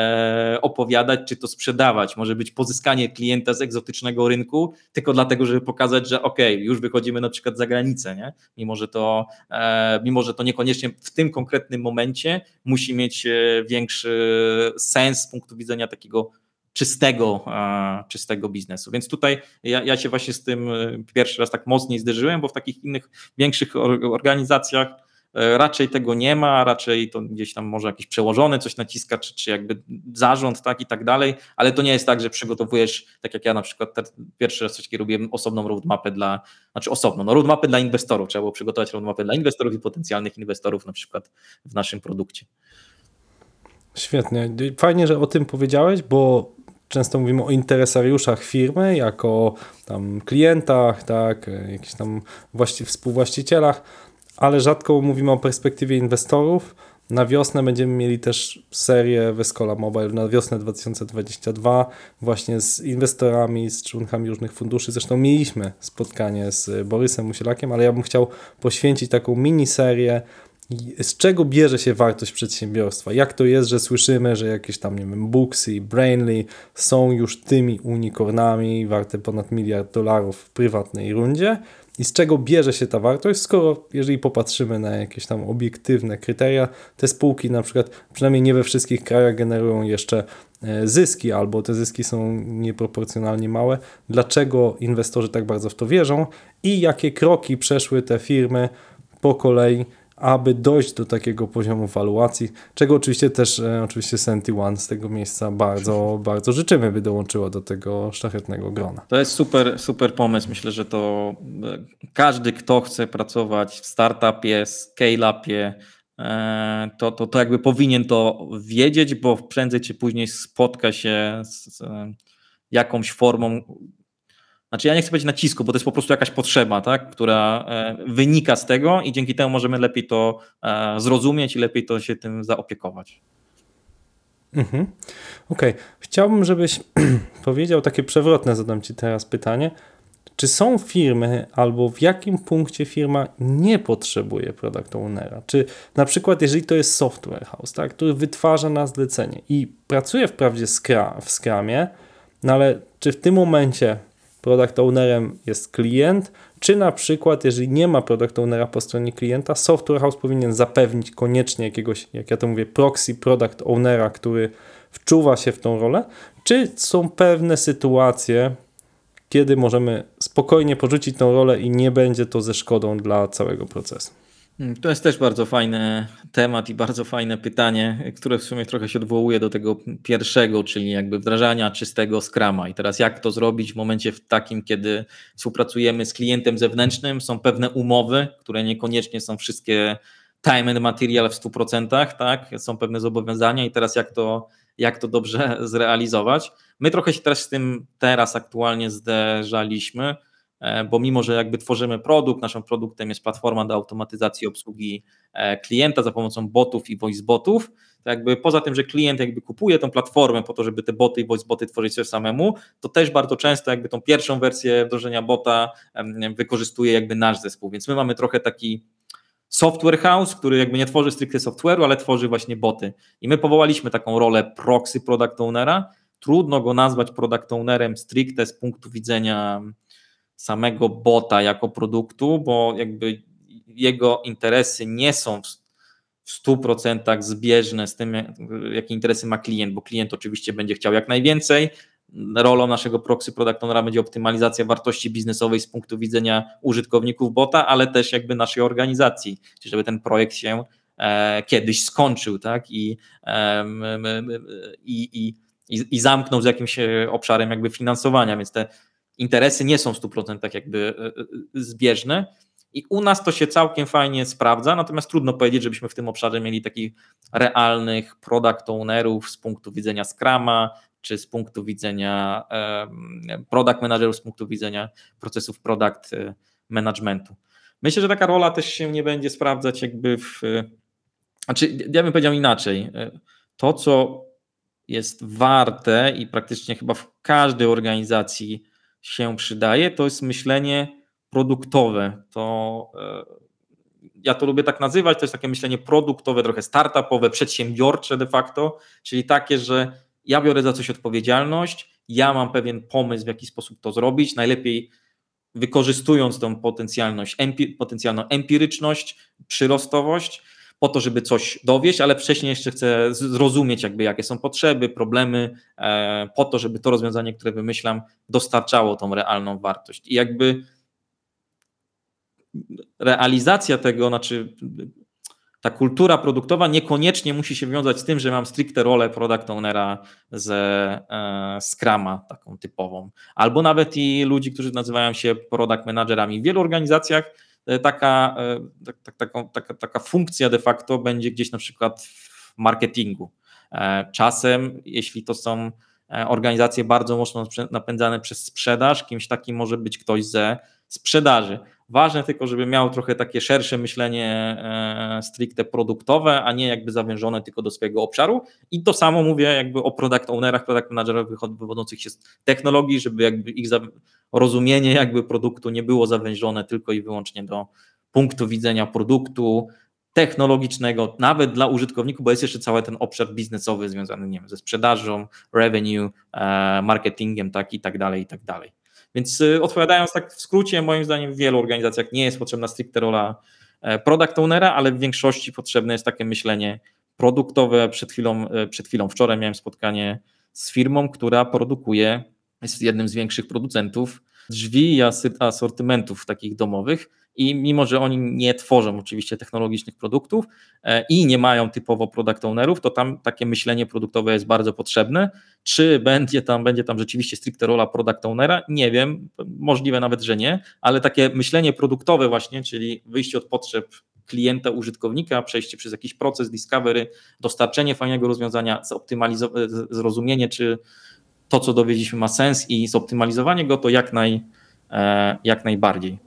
e, opowiadać, czy to sprzedawać. Może być pozyskanie klienta z egzotycznego rynku, tylko dlatego, żeby pokazać, że okej, okay, już wychodzimy na przykład za granicę, nie? Mimo, że to, e, mimo, że to niekoniecznie w tym konkretnym momencie musi mieć większy sens z punktu widzenia takiego czystego, czystego biznesu. Więc tutaj ja, ja się właśnie z tym pierwszy raz tak mocniej zderzyłem, bo w takich innych większych organizacjach raczej tego nie ma, raczej to gdzieś tam może jakiś przełożony coś naciska, czy, czy jakby zarząd, tak i tak dalej, ale to nie jest tak, że przygotowujesz, tak jak ja na przykład pierwszy raz coś robiłem, osobną roadmapę dla, znaczy osobną, no roadmapę dla inwestorów, trzeba było przygotować roadmapę dla inwestorów i potencjalnych inwestorów na przykład w naszym produkcie. Świetnie, fajnie, że o tym powiedziałeś, bo często mówimy o interesariuszach firmy jako tam klientach, tak, jakichś tam właści- współwłaścicielach, ale rzadko mówimy o perspektywie inwestorów. Na wiosnę będziemy mieli też serię w Escola Mobile na wiosnę dwa tysiące dwudziestego drugiego właśnie z inwestorami, z członkami różnych funduszy. Zresztą mieliśmy spotkanie z Borysem Musielakiem, ale ja bym chciał poświęcić taką miniserię, z czego bierze się wartość przedsiębiorstwa. Jak to jest, że słyszymy, że jakieś tam, nie wiem, Booksy i Brainly są już tymi unicornami warte ponad miliard dolarów w prywatnej rundzie i z czego bierze się ta wartość, skoro jeżeli popatrzymy na jakieś tam obiektywne kryteria, te spółki na przykład, przynajmniej nie we wszystkich krajach generują jeszcze zyski, albo te zyski są nieproporcjonalnie małe. Dlaczego inwestorzy tak bardzo w to wierzą i jakie kroki przeszły te firmy po kolei, aby dojść do takiego poziomu waluacji, czego oczywiście też e, oczywiście SentiOne z tego miejsca bardzo, bardzo życzymy, by dołączyło do tego szlachetnego grona. To jest super, super pomysł. Myślę, że to każdy, kto chce pracować w startupie, scale-upie, e, to, to, to jakby powinien to wiedzieć, bo prędzej czy później spotka się z, z jakąś formą. Znaczy ja nie chcę powiedzieć nacisku, bo to jest po prostu jakaś potrzeba, tak, która e, wynika z tego i dzięki temu możemy lepiej to e, zrozumieć i lepiej to się tym zaopiekować. Mhm. Okej. Okay. Chciałbym, żebyś powiedział takie przewrotne, zadam Ci teraz pytanie. Czy są firmy albo w jakim punkcie firma nie potrzebuje product ownera? Czy na przykład jeżeli to jest software house, tak, który wytwarza na zlecenie i pracuje wprawdzie w Scrumie, no ale czy w tym momencie product ownerem jest klient, czy na przykład, jeżeli nie ma product ownera po stronie klienta, software house powinien zapewnić koniecznie jakiegoś, jak ja to mówię, proxy product ownera, który wczuwa się w tą rolę, czy są pewne sytuacje, kiedy możemy spokojnie porzucić tą rolę i nie będzie to ze szkodą dla całego procesu. To jest też bardzo fajny temat i bardzo fajne pytanie, które w sumie trochę się odwołuje do tego pierwszego, czyli jakby wdrażania czystego Scruma. I teraz jak to zrobić w momencie w takim, kiedy współpracujemy z klientem zewnętrznym, są pewne umowy, które niekoniecznie są wszystkie time and material w stu procentach, tak? Są pewne zobowiązania i teraz jak to, jak to dobrze zrealizować. My trochę się też z tym teraz aktualnie zderzaliśmy, bo mimo, że jakby tworzymy produkt, naszym produktem jest platforma do automatyzacji obsługi klienta za pomocą botów i voice botów, to jakby poza tym, że klient jakby kupuje tą platformę po to, żeby te boty i voice boty tworzyć sobie samemu, to też bardzo często jakby tą pierwszą wersję wdrożenia bota wykorzystuje jakby nasz zespół, więc my mamy trochę taki software house, który jakby nie tworzy stricte software'u, ale tworzy właśnie boty i my powołaliśmy taką rolę proxy product ownera. Trudno go nazwać product ownerem stricte z punktu widzenia samego bota jako produktu, bo jakby jego interesy nie są w stu procentach zbieżne z tym, jakie interesy ma klient, bo klient oczywiście będzie chciał jak najwięcej. Rolą naszego proxy product ownera będzie optymalizacja wartości biznesowej z punktu widzenia użytkowników bota, ale też jakby naszej organizacji, czyli żeby ten projekt się e, kiedyś skończył, tak? I, e, i, i, i, i zamknął z jakimś obszarem jakby finansowania, więc te interesy nie są w stu procentach jakby zbieżne i u nas to się całkiem fajnie sprawdza, natomiast trudno powiedzieć, żebyśmy w tym obszarze mieli takich realnych product ownerów z punktu widzenia Scruma, czy z punktu widzenia product managerów, z punktu widzenia procesów product managementu. Myślę, że taka rola też się nie będzie sprawdzać jakby w... Znaczy, ja bym powiedział inaczej. To, co jest warte i praktycznie chyba w każdej organizacji się przydaje, to jest myślenie produktowe. To ja to lubię tak nazywać, to jest takie myślenie produktowe, trochę startupowe, przedsiębiorcze de facto, czyli takie, że ja biorę za coś odpowiedzialność, ja mam pewien pomysł, w jaki sposób to zrobić, najlepiej wykorzystując tą potencjalność, empi- potencjalną empiryczność, przyrostowość, po to, żeby coś dowieść, ale wcześniej jeszcze chcę zrozumieć, jakby jakie są potrzeby, problemy, e, po to, żeby to rozwiązanie, które wymyślam, dostarczało tą realną wartość. I jakby realizacja tego, znaczy ta kultura produktowa niekoniecznie musi się wiązać z tym, że mam stricte rolę product ownera z e, Scruma, taką typową, albo nawet i ludzi, którzy nazywają się product managerami. W wielu organizacjach Taka, tak, taka, taka, taka funkcja de facto będzie gdzieś na przykład w marketingu. Czasem, jeśli to są organizacje bardzo mocno napędzane przez sprzedaż, kimś takim może być ktoś ze sprzedaży. Ważne tylko, żeby miał trochę takie szersze myślenie stricte produktowe, a nie jakby zawężone tylko do swojego obszaru. I to samo mówię jakby o product ownerach, product managerach wywodzących się z technologii, żeby jakby ich rozumienie jakby produktu nie było zawężone tylko i wyłącznie do punktu widzenia produktu technologicznego, nawet dla użytkowników, bo jest jeszcze cały ten obszar biznesowy związany, nie wiem, ze sprzedażą, revenue, marketingiem, tak i tak dalej, i tak dalej. Więc odpowiadając tak w skrócie, moim zdaniem w wielu organizacjach nie jest potrzebna stricte rola product ownera, ale w większości potrzebne jest takie myślenie produktowe. Przed chwilą, przed chwilą wczoraj miałem spotkanie z firmą, która produkuje, jest jednym z większych producentów drzwi i asortymentów takich domowych i mimo, że oni nie tworzą oczywiście technologicznych produktów i nie mają typowo product ownerów, to tam takie myślenie produktowe jest bardzo potrzebne. Czy będzie tam, będzie tam rzeczywiście stricte rola product ownera? Nie wiem, możliwe nawet, że nie, ale takie myślenie produktowe właśnie, czyli wyjście od potrzeb klienta, użytkownika, przejście przez jakiś proces discovery, dostarczenie fajnego rozwiązania, zoptymalizowanie, zrozumienie, czy to, co dowiedzieliśmy, ma sens i zoptymalizowanie go, to jak, naj, jak najbardziej.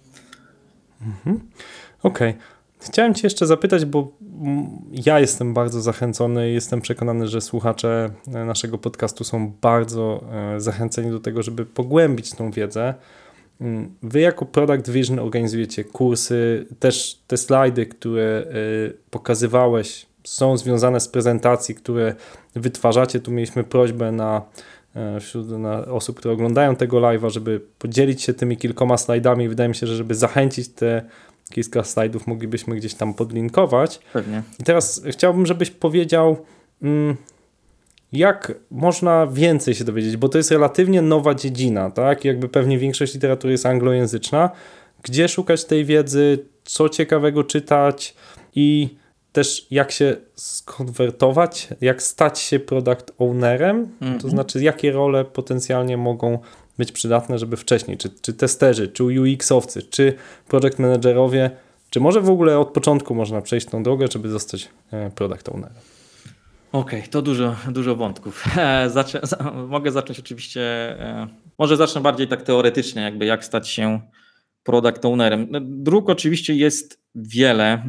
Mhm. Okej. Okay. Chciałem Cię jeszcze zapytać, bo ja jestem bardzo zachęcony i jestem przekonany, że słuchacze naszego podcastu są bardzo zachęceni do tego, żeby pogłębić tą wiedzę. Wy jako Product Vision organizujecie kursy, też te slajdy, które pokazywałeś, są związane z prezentacji, które wytwarzacie. Tu mieliśmy prośbę na, wśród na osób, które oglądają tego live'a, żeby podzielić się tymi kilkoma slajdami. Wydaje mi się, że żeby zachęcić te kilka slajdów, moglibyśmy gdzieś tam podlinkować. Pewnie. I teraz chciałbym, żebyś powiedział, jak można więcej się dowiedzieć, bo to jest relatywnie nowa dziedzina, tak? Jakby pewnie większość literatury jest anglojęzyczna. Gdzie szukać tej wiedzy, co ciekawego czytać i też jak się skonwertować, jak stać się product ownerem, mm-hmm. to znaczy jakie role potencjalnie mogą być przydatne, żeby wcześniej, czy, czy testerzy, czy U X-owcy, czy project managerowie, czy może w ogóle od początku można przejść tą drogę, żeby zostać product ownerem. Okej, okay, to dużo, dużo wątków. Zaczę, mogę zacząć oczywiście, może zacznę bardziej tak teoretycznie, jakby jak stać się product ownerem. Dróg oczywiście jest wiele.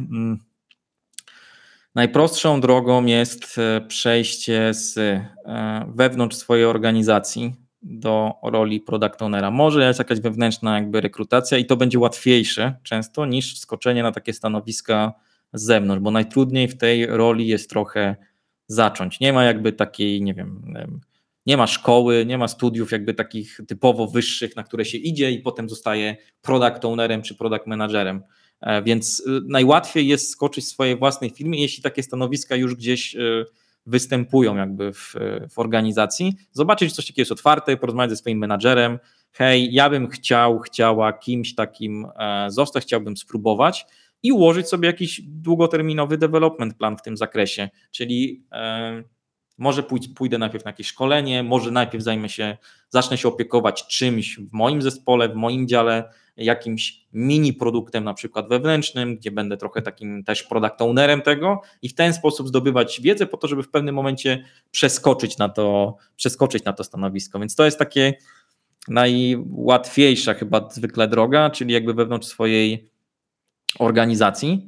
Najprostszą drogą jest przejście z wewnątrz swojej organizacji do roli product ownera. Może jest jakaś wewnętrzna jakby rekrutacja i to będzie łatwiejsze często niż wskoczenie na takie stanowiska z zewnątrz, bo najtrudniej w tej roli jest trochę zacząć. Nie ma jakby takiej, nie wiem, nie ma szkoły, nie ma studiów jakby takich typowo wyższych, na które się idzie i potem zostaje product ownerem czy product managerem. Więc najłatwiej jest skoczyć w swojej własnej firmie, jeśli takie stanowiska już gdzieś występują jakby w, w organizacji, zobaczyć, że coś takiego jest otwarte, porozmawiać ze swoim menadżerem, hej, ja bym chciał, chciała kimś takim zostać, chciałbym spróbować i ułożyć sobie jakiś długoterminowy development plan w tym zakresie, czyli e, może pój- pójdę najpierw na jakieś szkolenie, może najpierw zajmę się, zacznę się opiekować czymś w moim zespole, w moim dziale, jakimś mini produktem na przykład wewnętrznym, gdzie będę trochę takim też product ownerem tego i w ten sposób zdobywać wiedzę po to, żeby w pewnym momencie przeskoczyć na to, przeskoczyć na to stanowisko. Więc to jest takie najłatwiejsza chyba zwykle droga, czyli jakby wewnątrz swojej organizacji.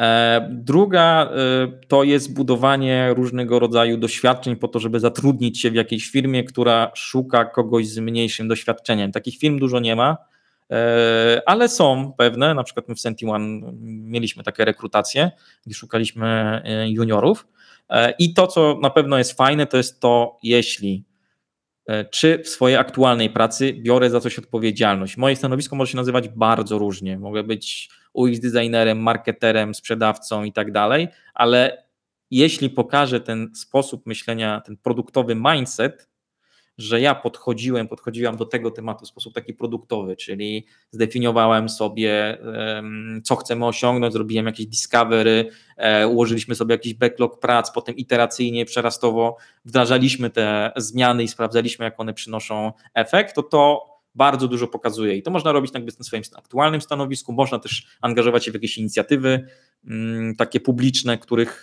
Druga to jest budowanie różnego rodzaju doświadczeń po to, żeby zatrudnić się w jakiejś firmie, która szuka kogoś z mniejszym doświadczeniem. Takich firm dużo nie ma, ale są pewne, na przykład my w SentiOne mieliśmy takie rekrutacje, gdzie szukaliśmy juniorów i to, co na pewno jest fajne, to jest to, jeśli czy w swojej aktualnej pracy biorę za coś odpowiedzialność. Moje stanowisko może się nazywać bardzo różnie. Mogę być U X designerem, marketerem, sprzedawcą i tak dalej, ale jeśli pokażę ten sposób myślenia, ten produktowy mindset, że ja podchodziłem, podchodziłam do tego tematu w sposób taki produktowy, czyli zdefiniowałem sobie, co chcemy osiągnąć, zrobiłem jakieś discovery, ułożyliśmy sobie jakiś backlog prac, potem iteracyjnie, przerastowo wdrażaliśmy te zmiany i sprawdzaliśmy, jak one przynoszą efekt, to to bardzo dużo pokazuje i to można robić jakby na swoim aktualnym stanowisku, można też angażować się w jakieś inicjatywy takie publiczne, których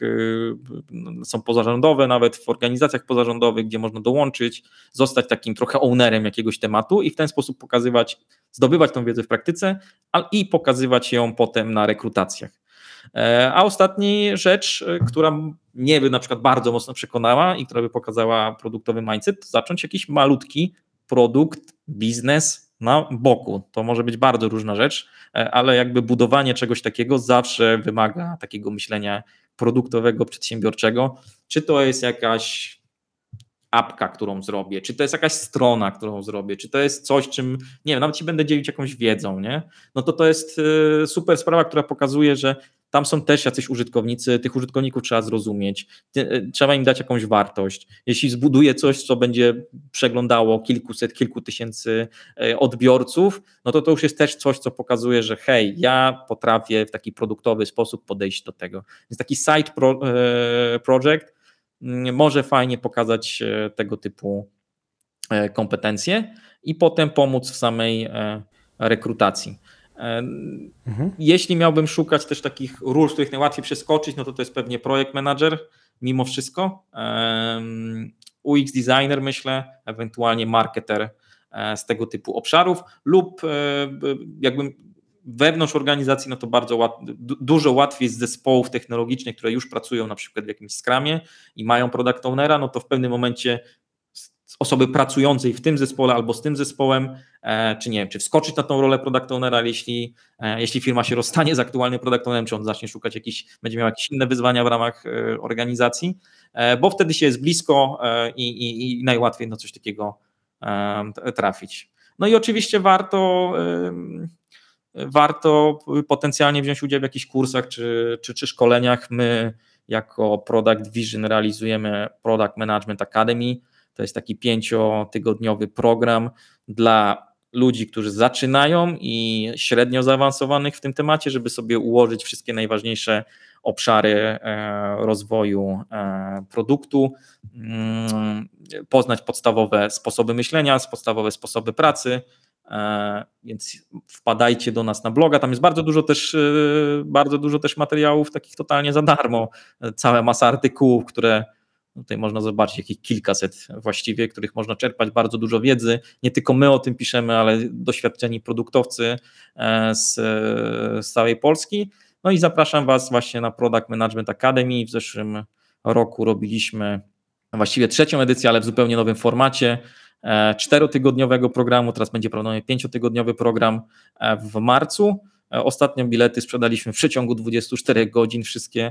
są pozarządowe, nawet w organizacjach pozarządowych, gdzie można dołączyć, zostać takim trochę ownerem jakiegoś tematu i w ten sposób pokazywać, zdobywać tą wiedzę w praktyce i pokazywać ją potem na rekrutacjach. A ostatnia rzecz, która mnie by na przykład bardzo mocno przekonała i która by pokazała produktowy mindset, to zacząć jakiś malutki produkt, biznes na boku. To może być bardzo różna rzecz, ale jakby budowanie czegoś takiego zawsze wymaga takiego myślenia produktowego, przedsiębiorczego. Czy to jest jakaś apka, którą zrobię, czy to jest jakaś strona, którą zrobię, czy to jest coś, czym, nie wiem, nawet ci będę dzielić jakąś wiedzą, nie? No to to jest super sprawa, która pokazuje, że tam są też jacyś użytkownicy, tych użytkowników trzeba zrozumieć, trzeba im dać jakąś wartość. Jeśli zbuduję coś, co będzie przeglądało kilkuset, kilku tysięcy odbiorców, no to to już jest też coś, co pokazuje, że hej, ja potrafię w taki produktowy sposób podejść do tego. Więc taki side pro, project może fajnie pokazać tego typu kompetencje i potem pomóc w samej rekrutacji. Mhm. Jeśli miałbym szukać też takich ról, z których najłatwiej przeskoczyć, no to to jest pewnie projekt manager, mimo wszystko, U X designer myślę, ewentualnie marketer z tego typu obszarów lub jakbym wewnątrz organizacji, no to bardzo łat, dużo łatwiej z zespołów technologicznych, które już pracują na przykład w jakimś Scrumie i mają product ownera, no to w pewnym momencie osoby pracującej w tym zespole albo z tym zespołem, czy nie wiem, czy wskoczyć na tą rolę product ownera, jeśli, jeśli firma się rozstanie z aktualnym product ownerem, czy on zacznie szukać jakichś, będzie miał jakieś inne wyzwania w ramach organizacji, bo wtedy się jest blisko i, i, i najłatwiej na coś takiego trafić. No i oczywiście warto warto potencjalnie wziąć udział w jakichś kursach czy, czy, czy szkoleniach. My jako Product Vision realizujemy Product Management Academy. To jest taki pięciotygodniowy program dla ludzi, którzy zaczynają i średnio zaawansowanych w tym temacie, żeby sobie ułożyć wszystkie najważniejsze obszary rozwoju produktu, poznać podstawowe sposoby myślenia, podstawowe sposoby pracy, więc wpadajcie do nas na bloga, tam jest bardzo dużo też, bardzo dużo też materiałów takich totalnie za darmo, cała masa artykułów, które tutaj można zobaczyć, jakich kilkaset właściwie, których można czerpać bardzo dużo wiedzy. Nie tylko my o tym piszemy, ale doświadczeni produktowcy z, z całej Polski. No i zapraszam Was właśnie na Product Management Academy. W zeszłym roku robiliśmy właściwie trzecią edycję, ale w zupełnie nowym formacie czterotygodniowego programu. Teraz będzie prawdopodobnie pięciotygodniowy program w marcu. Ostatnio bilety sprzedaliśmy w przeciągu dwudziestu czterech godzin wszystkie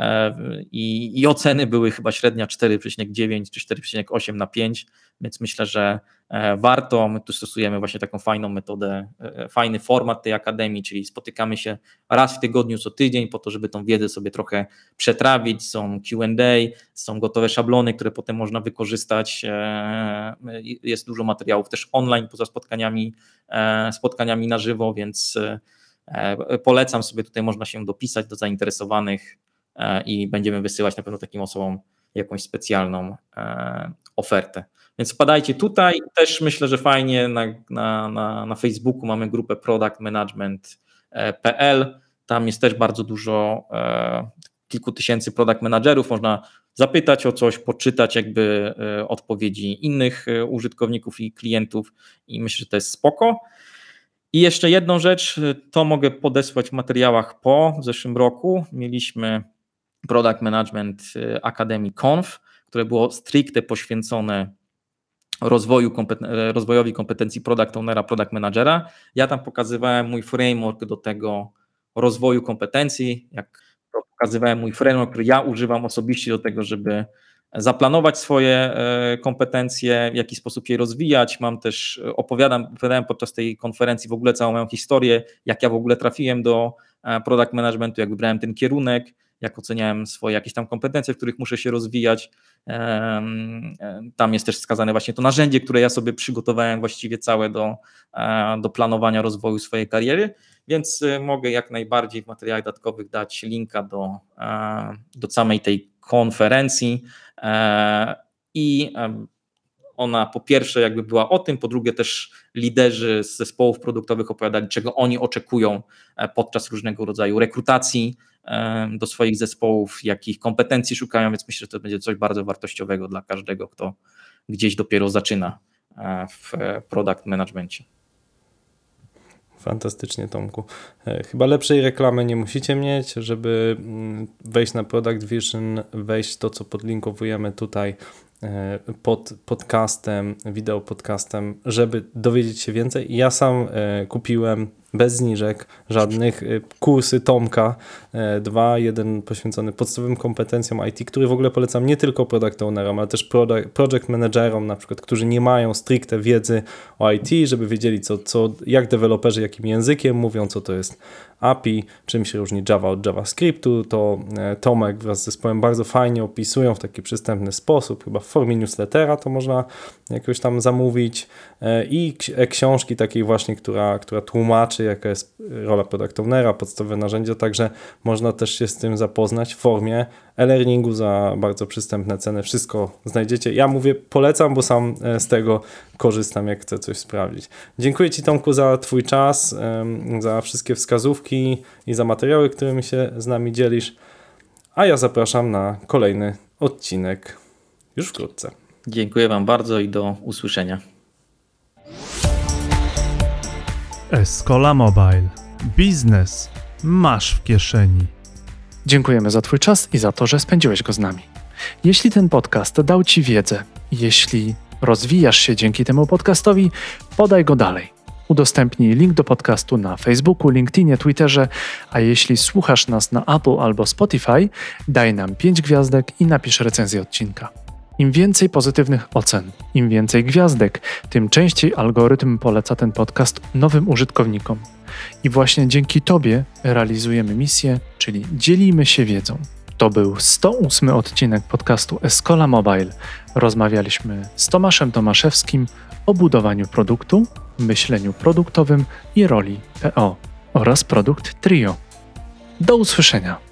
i, i oceny były chyba średnia cztery przecinek dziewięć czy cztery przecinek osiem na pięć, więc myślę, że warto. My tu stosujemy właśnie taką fajną metodę, fajny format tej akademii, czyli spotykamy się raz w tygodniu co tydzień po to, żeby tą wiedzę sobie trochę przetrawić. Są Q and A, są gotowe szablony, które potem można wykorzystać. Jest dużo materiałów też online poza spotkaniami, spotkaniami na żywo, więc polecam sobie, tutaj można się dopisać do zainteresowanych i będziemy wysyłać na pewno takim osobom jakąś specjalną ofertę. Więc wpadajcie tutaj. Też myślę, że fajnie na, na, na, na Facebooku mamy grupę product management kropka p l. Tam jest też bardzo dużo, kilku tysięcy product managerów. Można zapytać o coś, poczytać jakby odpowiedzi innych użytkowników i klientów i myślę, że to jest spoko. I jeszcze jedną rzecz, to mogę podesłać w materiałach po. W zeszłym roku mieliśmy Product Management Academy Conf, które było stricte poświęcone rozwoju kompeten- rozwojowi kompetencji Product Ownera, Product Managera. Ja tam pokazywałem mój framework do tego rozwoju kompetencji, jak pokazywałem mój framework, który ja używam osobiście do tego, żeby zaplanować swoje kompetencje, w jaki sposób je rozwijać. Mam też, opowiadam, opowiadałem podczas tej konferencji w ogóle całą moją historię, jak ja w ogóle trafiłem do product managementu, jak wybrałem ten kierunek, jak oceniałem swoje jakieś tam kompetencje, w których muszę się rozwijać. Tam jest też wskazane właśnie to narzędzie, które ja sobie przygotowałem właściwie całe do, do planowania rozwoju swojej kariery, więc mogę jak najbardziej w materiałach dodatkowych dać linka do, do samej tej konferencji i ona po pierwsze jakby była o tym, po drugie też liderzy z zespołów produktowych opowiadali, czego oni oczekują podczas różnego rodzaju rekrutacji do swoich zespołów, jakich kompetencji szukają, więc myślę, że to będzie coś bardzo wartościowego dla każdego, kto gdzieś dopiero zaczyna w product managemencie. Fantastycznie, Tomku. Chyba lepszej reklamy nie musicie mieć, żeby wejść na Product Vision, wejść to, co podlinkowujemy tutaj pod podcastem, wideo podcastem, żeby dowiedzieć się więcej. Ja sam kupiłem bez zniżek żadnych kursy Tomka, dwa, jeden poświęcony podstawowym kompetencjom I T, który w ogóle polecam nie tylko product ownerom, ale też project managerom, na przykład, którzy nie mają stricte wiedzy o I T, żeby wiedzieli, co, co, jak deweloperzy, jakim językiem mówią, co to jest A P I, czym się różni Java od JavaScriptu. To Tomek wraz z zespołem bardzo fajnie opisują w taki przystępny sposób, chyba w formie newslettera to można jakoś tam zamówić, i książki takiej właśnie, która, która tłumaczy, jaka jest rola product ownera, podstawowe narzędzia, także można też się z tym zapoznać w formie e-learningu za bardzo przystępne ceny. Wszystko znajdziecie. Ja mówię, polecam, bo sam z tego korzystam, jak chcę coś sprawdzić. Dziękuję Ci, Tomku, za Twój czas, za wszystkie wskazówki i za materiały, którymi się z nami dzielisz, a ja zapraszam na kolejny odcinek już wkrótce. Dziękuję Wam bardzo i do usłyszenia. Escola Mobile. Biznes masz w kieszeni. Dziękujemy za Twój czas i za to, że spędziłeś go z nami. Jeśli ten podcast dał Ci wiedzę, jeśli rozwijasz się dzięki temu podcastowi, podaj go dalej. Udostępnij link do podcastu na Facebooku, LinkedInie, Twitterze, a jeśli słuchasz nas na Apple albo Spotify, daj nam pięć gwiazdek i napisz recenzję odcinka. Im więcej pozytywnych ocen, im więcej gwiazdek, tym częściej algorytm poleca ten podcast nowym użytkownikom. I właśnie dzięki Tobie realizujemy misję, czyli dzielimy się wiedzą. To był sto ósmy odcinek podcastu Escola Mobile. Rozmawialiśmy z Tomaszem Tomaszewskim o budowaniu produktu, myśleniu produktowym i roli P O oraz produkt Trio. Do usłyszenia.